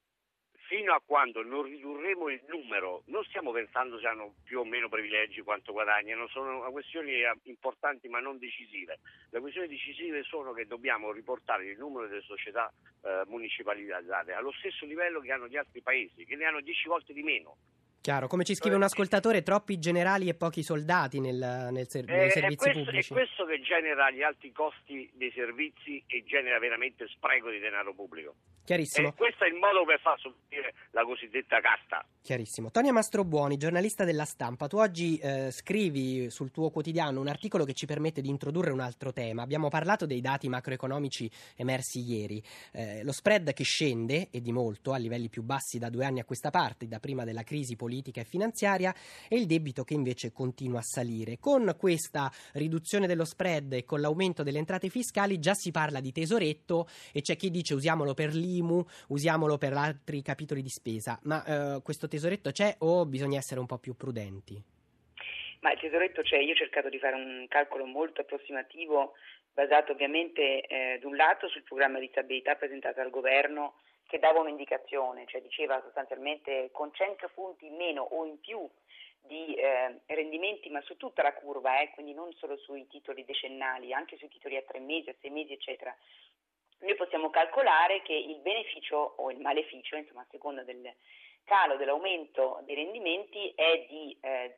Fino a quando non ridurremo il numero, non stiamo pensando se hanno più o meno privilegi, quanto guadagnano, sono questioni importanti ma non decisive. Le questioni decisive sono che dobbiamo riportare il numero delle società municipalizzate allo stesso livello che hanno gli altri paesi, che ne hanno 10 volte di meno. Chiaro, come ci scrive un ascoltatore, troppi generali e pochi soldati nei servizi pubblici. È questo che genera gli alti costi dei servizi e genera veramente spreco di denaro pubblico. Chiarissimo. Questo è il modo per far sopravvivere la cosiddetta casta. Chiarissimo. Tonia Mastrobuoni, giornalista della Stampa, tu oggi scrivi sul tuo quotidiano un articolo che ci permette di introdurre un altro tema. Abbiamo parlato dei dati macroeconomici emersi ieri. Lo spread che scende, e di molto, a livelli più bassi da 2 anni a questa parte, da prima della crisi politica e finanziaria, e il debito che invece continua a salire. Con questa riduzione dello spread e con l'aumento delle entrate fiscali già si parla di tesoretto, e c'è chi dice usiamolo per l'IMU, usiamolo per altri capitoli di spesa, ma questo tesoretto c'è o bisogna essere un po' più prudenti? Ma il tesoretto c'è, io ho cercato di fare un calcolo molto approssimativo, basato ovviamente da un lato sul programma di stabilità presentato dal governo, che dava un'indicazione, cioè diceva sostanzialmente con 100 punti in meno o in più di rendimenti, ma su tutta la curva, quindi non solo sui titoli decennali, anche sui titoli a 3 mesi, a 6 mesi, eccetera. Noi possiamo calcolare che il beneficio o il maleficio, insomma a seconda del calo dell'aumento dei rendimenti, è di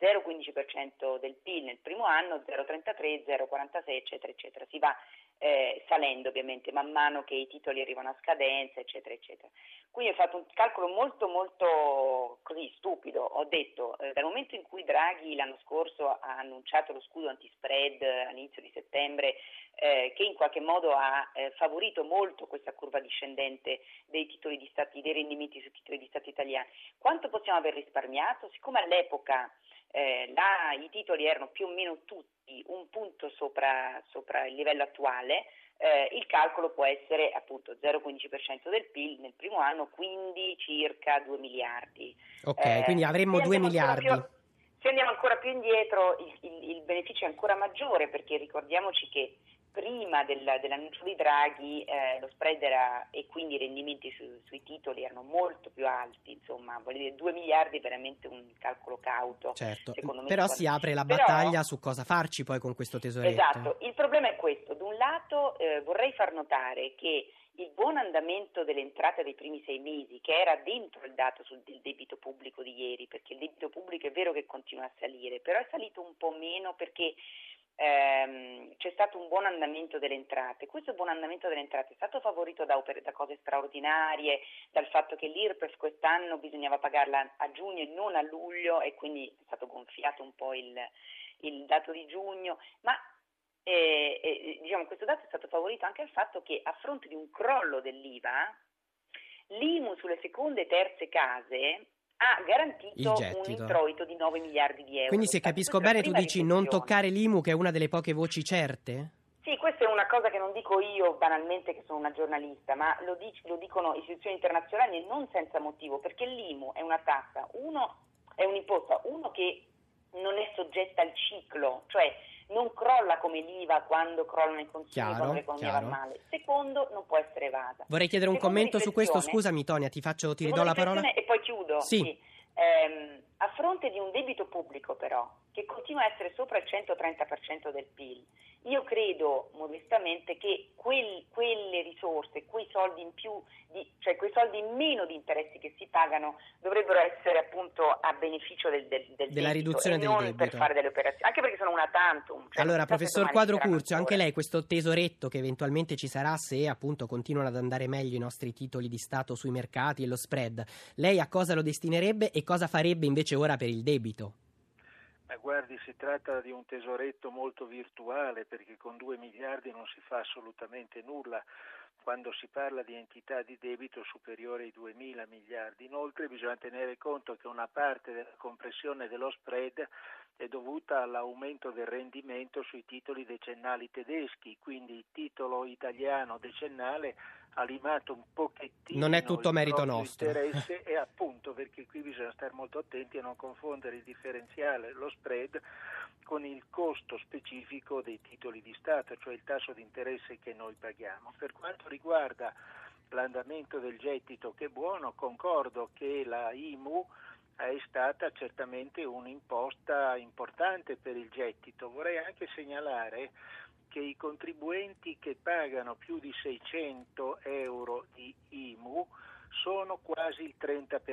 0,15% del PIL nel primo anno, 0,33, 0,46, eccetera, eccetera. Si va salendo ovviamente man mano che i titoli arrivano a scadenza, eccetera, eccetera. Quindi ho fatto un calcolo molto molto così stupido. Ho detto dal momento in cui Draghi l'anno scorso ha annunciato lo scudo antispread all'inizio di settembre, che in qualche modo ha favorito molto questa curva discendente dei titoli di Stati, dei rendimenti sui titoli di Stato italiani, quanto possiamo aver risparmiato? Siccome all'epoca i titoli erano più o meno tutti un punto sopra il livello attuale, il calcolo può essere appunto 0,15% del PIL nel primo anno, quindi circa 2 miliardi. Ok, quindi avremmo 2 miliardi. Se andiamo ancora più indietro il beneficio è ancora maggiore, perché ricordiamoci che prima dell'annuncio di Draghi lo spread era, e quindi i rendimenti sui titoli erano molto più alti, insomma, voglio dire 2 miliardi è veramente un calcolo cauto. Certo, secondo me. però si apre la battaglia su cosa farci poi con questo tesoretto. Esatto, il problema è questo: da un lato vorrei far notare che il buon andamento delle entrate dei primi 6 mesi, che era dentro il dato del debito pubblico di ieri, perché il debito pubblico è vero che continua a salire, però è salito un po' meno perché c'è stato un buon andamento delle entrate. Questo buon andamento delle entrate è stato favorito da cose straordinarie, dal fatto che l'IRPEF quest'anno bisognava pagarla a giugno e non a luglio, e quindi è stato gonfiato un po' il dato di giugno, ma diciamo questo dato è stato favorito anche dal fatto che a fronte di un crollo dell'IVA, l'IMU sulle seconde e terze case ha garantito un introito di 9 miliardi di euro. Quindi se capisco bene tu dici non toccare l'IMU, che è una delle poche voci certe? Sì, questa è una cosa che non dico io banalmente, che sono una giornalista, ma lo dicono istituzioni internazionali e non senza motivo, perché l'IMU è una tassa, è un'imposta, che non è soggetta al ciclo, cioè non crolla come l'IVA quando crollano i consumi, quando l'economia va male. Secondo, non può essere evasa. Vorrei chiedere un commento su questo, scusami Tonia, ti ridò la parola? E poi chiudo. Sì. A fronte di un debito pubblico però che continua a essere sopra il 130% del PIL, io credo modestamente che quelle risorse, quei soldi in più, cioè quei soldi in meno di interessi che si pagano, dovrebbero essere appunto a beneficio del della riduzione del non debito, per fare delle operazioni, anche perché sono una tantum. Cioè allora, professor Quadro Curzio, anche lei questo tesoretto che eventualmente ci sarà se appunto continuano ad andare meglio i nostri titoli di Stato sui mercati e lo spread, lei a cosa lo destinerebbe e cosa farebbe invece ora per il debito? Guardi, si tratta di un tesoretto molto virtuale, perché con 2 miliardi non si fa assolutamente nulla quando si parla di entità di debito superiore ai 2.000 miliardi. Inoltre bisogna tenere conto che una parte della compressione dello spread è dovuta all'aumento del rendimento sui titoli decennali tedeschi, quindi il titolo italiano decennale ha limato un pochettino non è tutto merito nostro interesse e appunto perché qui bisogna stare molto attenti a non confondere il differenziale, lo spread, con il costo specifico dei titoli di Stato, cioè il tasso di interesse che noi paghiamo. Per quanto riguarda l'andamento del gettito, che è buono, concordo che la IMU è stata certamente un'imposta importante per il gettito. Vorrei anche segnalare che i contribuenti che pagano più di 600 euro di IMU sono quasi il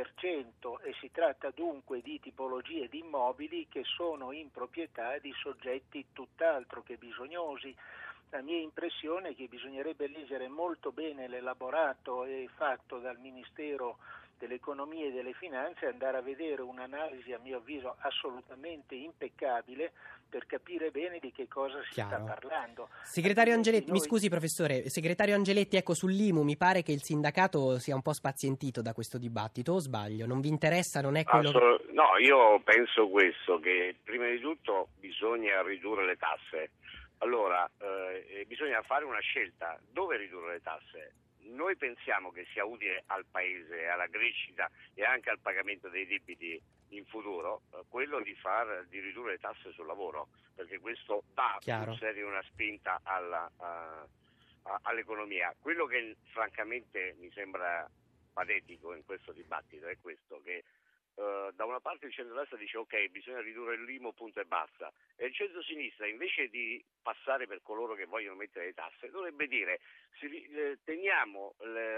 30% e si tratta dunque di tipologie di immobili che sono in proprietà di soggetti tutt'altro che bisognosi. La mia impressione è che bisognerebbe leggere molto bene l'elaborato fatto dal Ministero dell'Economia e delle Finanze e andare a vedere un'analisi, a mio avviso, assolutamente impeccabile per capire bene di che cosa si sta parlando. Segretario Angeletti, mi scusi professore, segretario Angeletti, ecco sull'IMU mi pare che il sindacato sia un po' spazientito da questo dibattito, o sbaglio? Non vi interessa, non è quello No, io penso questo, che prima di tutto bisogna ridurre le tasse. Allora, bisogna fare una scelta. Dove ridurre le tasse? Noi pensiamo che sia utile al Paese, alla crescita e anche al pagamento dei debiti in futuro quello di ridurre le tasse sul lavoro, perché questo dà sul serio una spinta all'economia. Quello che francamente mi sembra patetico in questo dibattito è questo, che da una parte il centro-destra dice ok, bisogna ridurre l'IMU, punto e basta, e il centro-sinistra invece di passare per coloro che vogliono mettere le tasse dovrebbe dire teniamo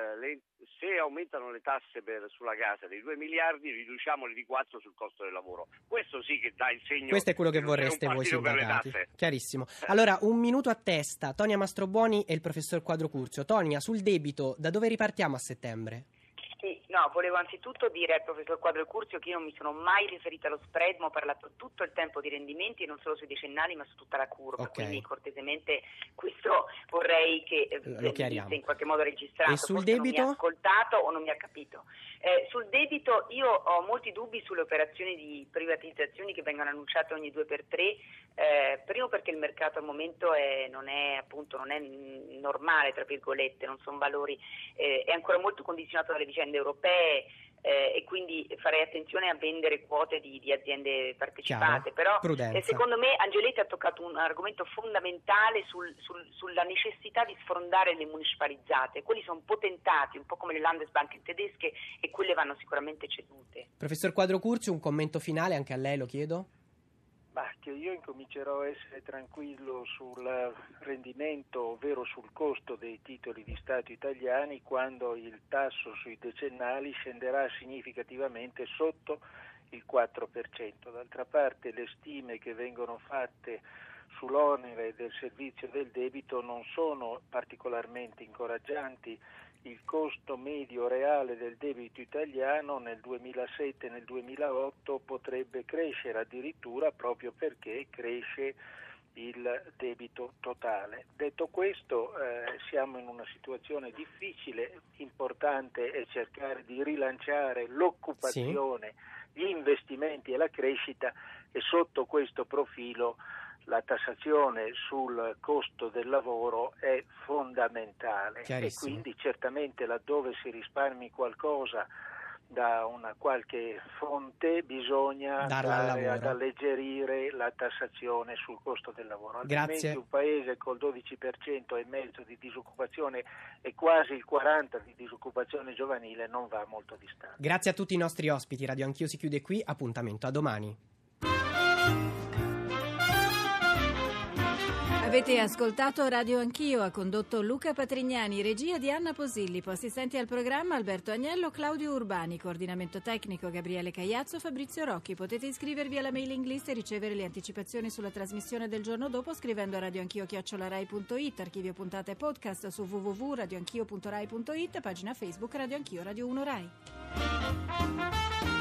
se aumentano le tasse sulla casa dei 2 miliardi, riduciamoli di 4 sul costo del lavoro. Questo sì che dà il segno. Questo è quello che vorreste voi sindacati. Chiarissimo. Allora, un minuto a testa, Tonia Mastrobuoni e il professor Quadro Curzio. Tonia, sul debito, da dove ripartiamo a settembre? Sì, no, volevo anzitutto dire al professor Quadro Curzio che io non mi sono mai riferita allo spread, ma ho parlato tutto il tempo di rendimenti e non solo sui decennali ma su tutta la curva, quindi cortesemente questo vorrei che venisse in qualche modo registrato. E sul debito? Non mi ha ascoltato o non mi ha capito. Sul debito io ho molti dubbi sulle operazioni di privatizzazioni che vengono annunciate ogni 2x3, primo perché il mercato al momento non è normale, tra virgolette, non sono valori, è ancora molto condizionato dalle vicende europee e quindi farei attenzione a vendere quote di aziende partecipate. Però secondo me Angeletti ha toccato un argomento fondamentale sulla necessità di sfrondare le municipalizzate. Quelli sono potentati, un po' come le Landesbanken tedesche, e quelle vanno sicuramente cedute. Professor Quadro Curzio, un commento finale anche a lei, lo chiedo? Che io incomincerò a essere tranquillo sul rendimento, ovvero sul costo dei titoli di Stato italiani, quando il tasso sui decennali scenderà significativamente sotto il 4%. D'altra parte le stime che vengono fatte sull'onere del servizio del debito non sono particolarmente incoraggianti. Il costo medio reale del debito italiano nel 2007 e nel 2008 potrebbe crescere addirittura proprio perché cresce il debito totale. Detto questo, siamo in una situazione difficile, importante è cercare di rilanciare l'occupazione, gli investimenti e la crescita, e sotto questo profilo la tassazione sul costo del lavoro è fondamentale e quindi certamente laddove si risparmi qualcosa da una qualche fonte bisogna andare ad alleggerire la tassazione sul costo del lavoro. Altrimenti un paese col 12,5% di disoccupazione e quasi il 40% di disoccupazione giovanile non va molto distante. Grazie a tutti i nostri ospiti. Radio Anch'io si chiude qui, appuntamento a domani. Avete ascoltato Radio Anch'io, ha condotto Luca Patrignani, regia di Anna Posillipo, assistenti al programma Alberto Agnello, Claudio Urbani, coordinamento tecnico Gabriele Cagliazzo, Fabrizio Rocchi. Potete iscrivervi alla mailing list e ricevere le anticipazioni sulla trasmissione del giorno dopo scrivendo a radioanchio@rai.it, archivio puntate podcast su www.radioanchio.rai.it, pagina Facebook Radio Anch'io Radio 1 Rai.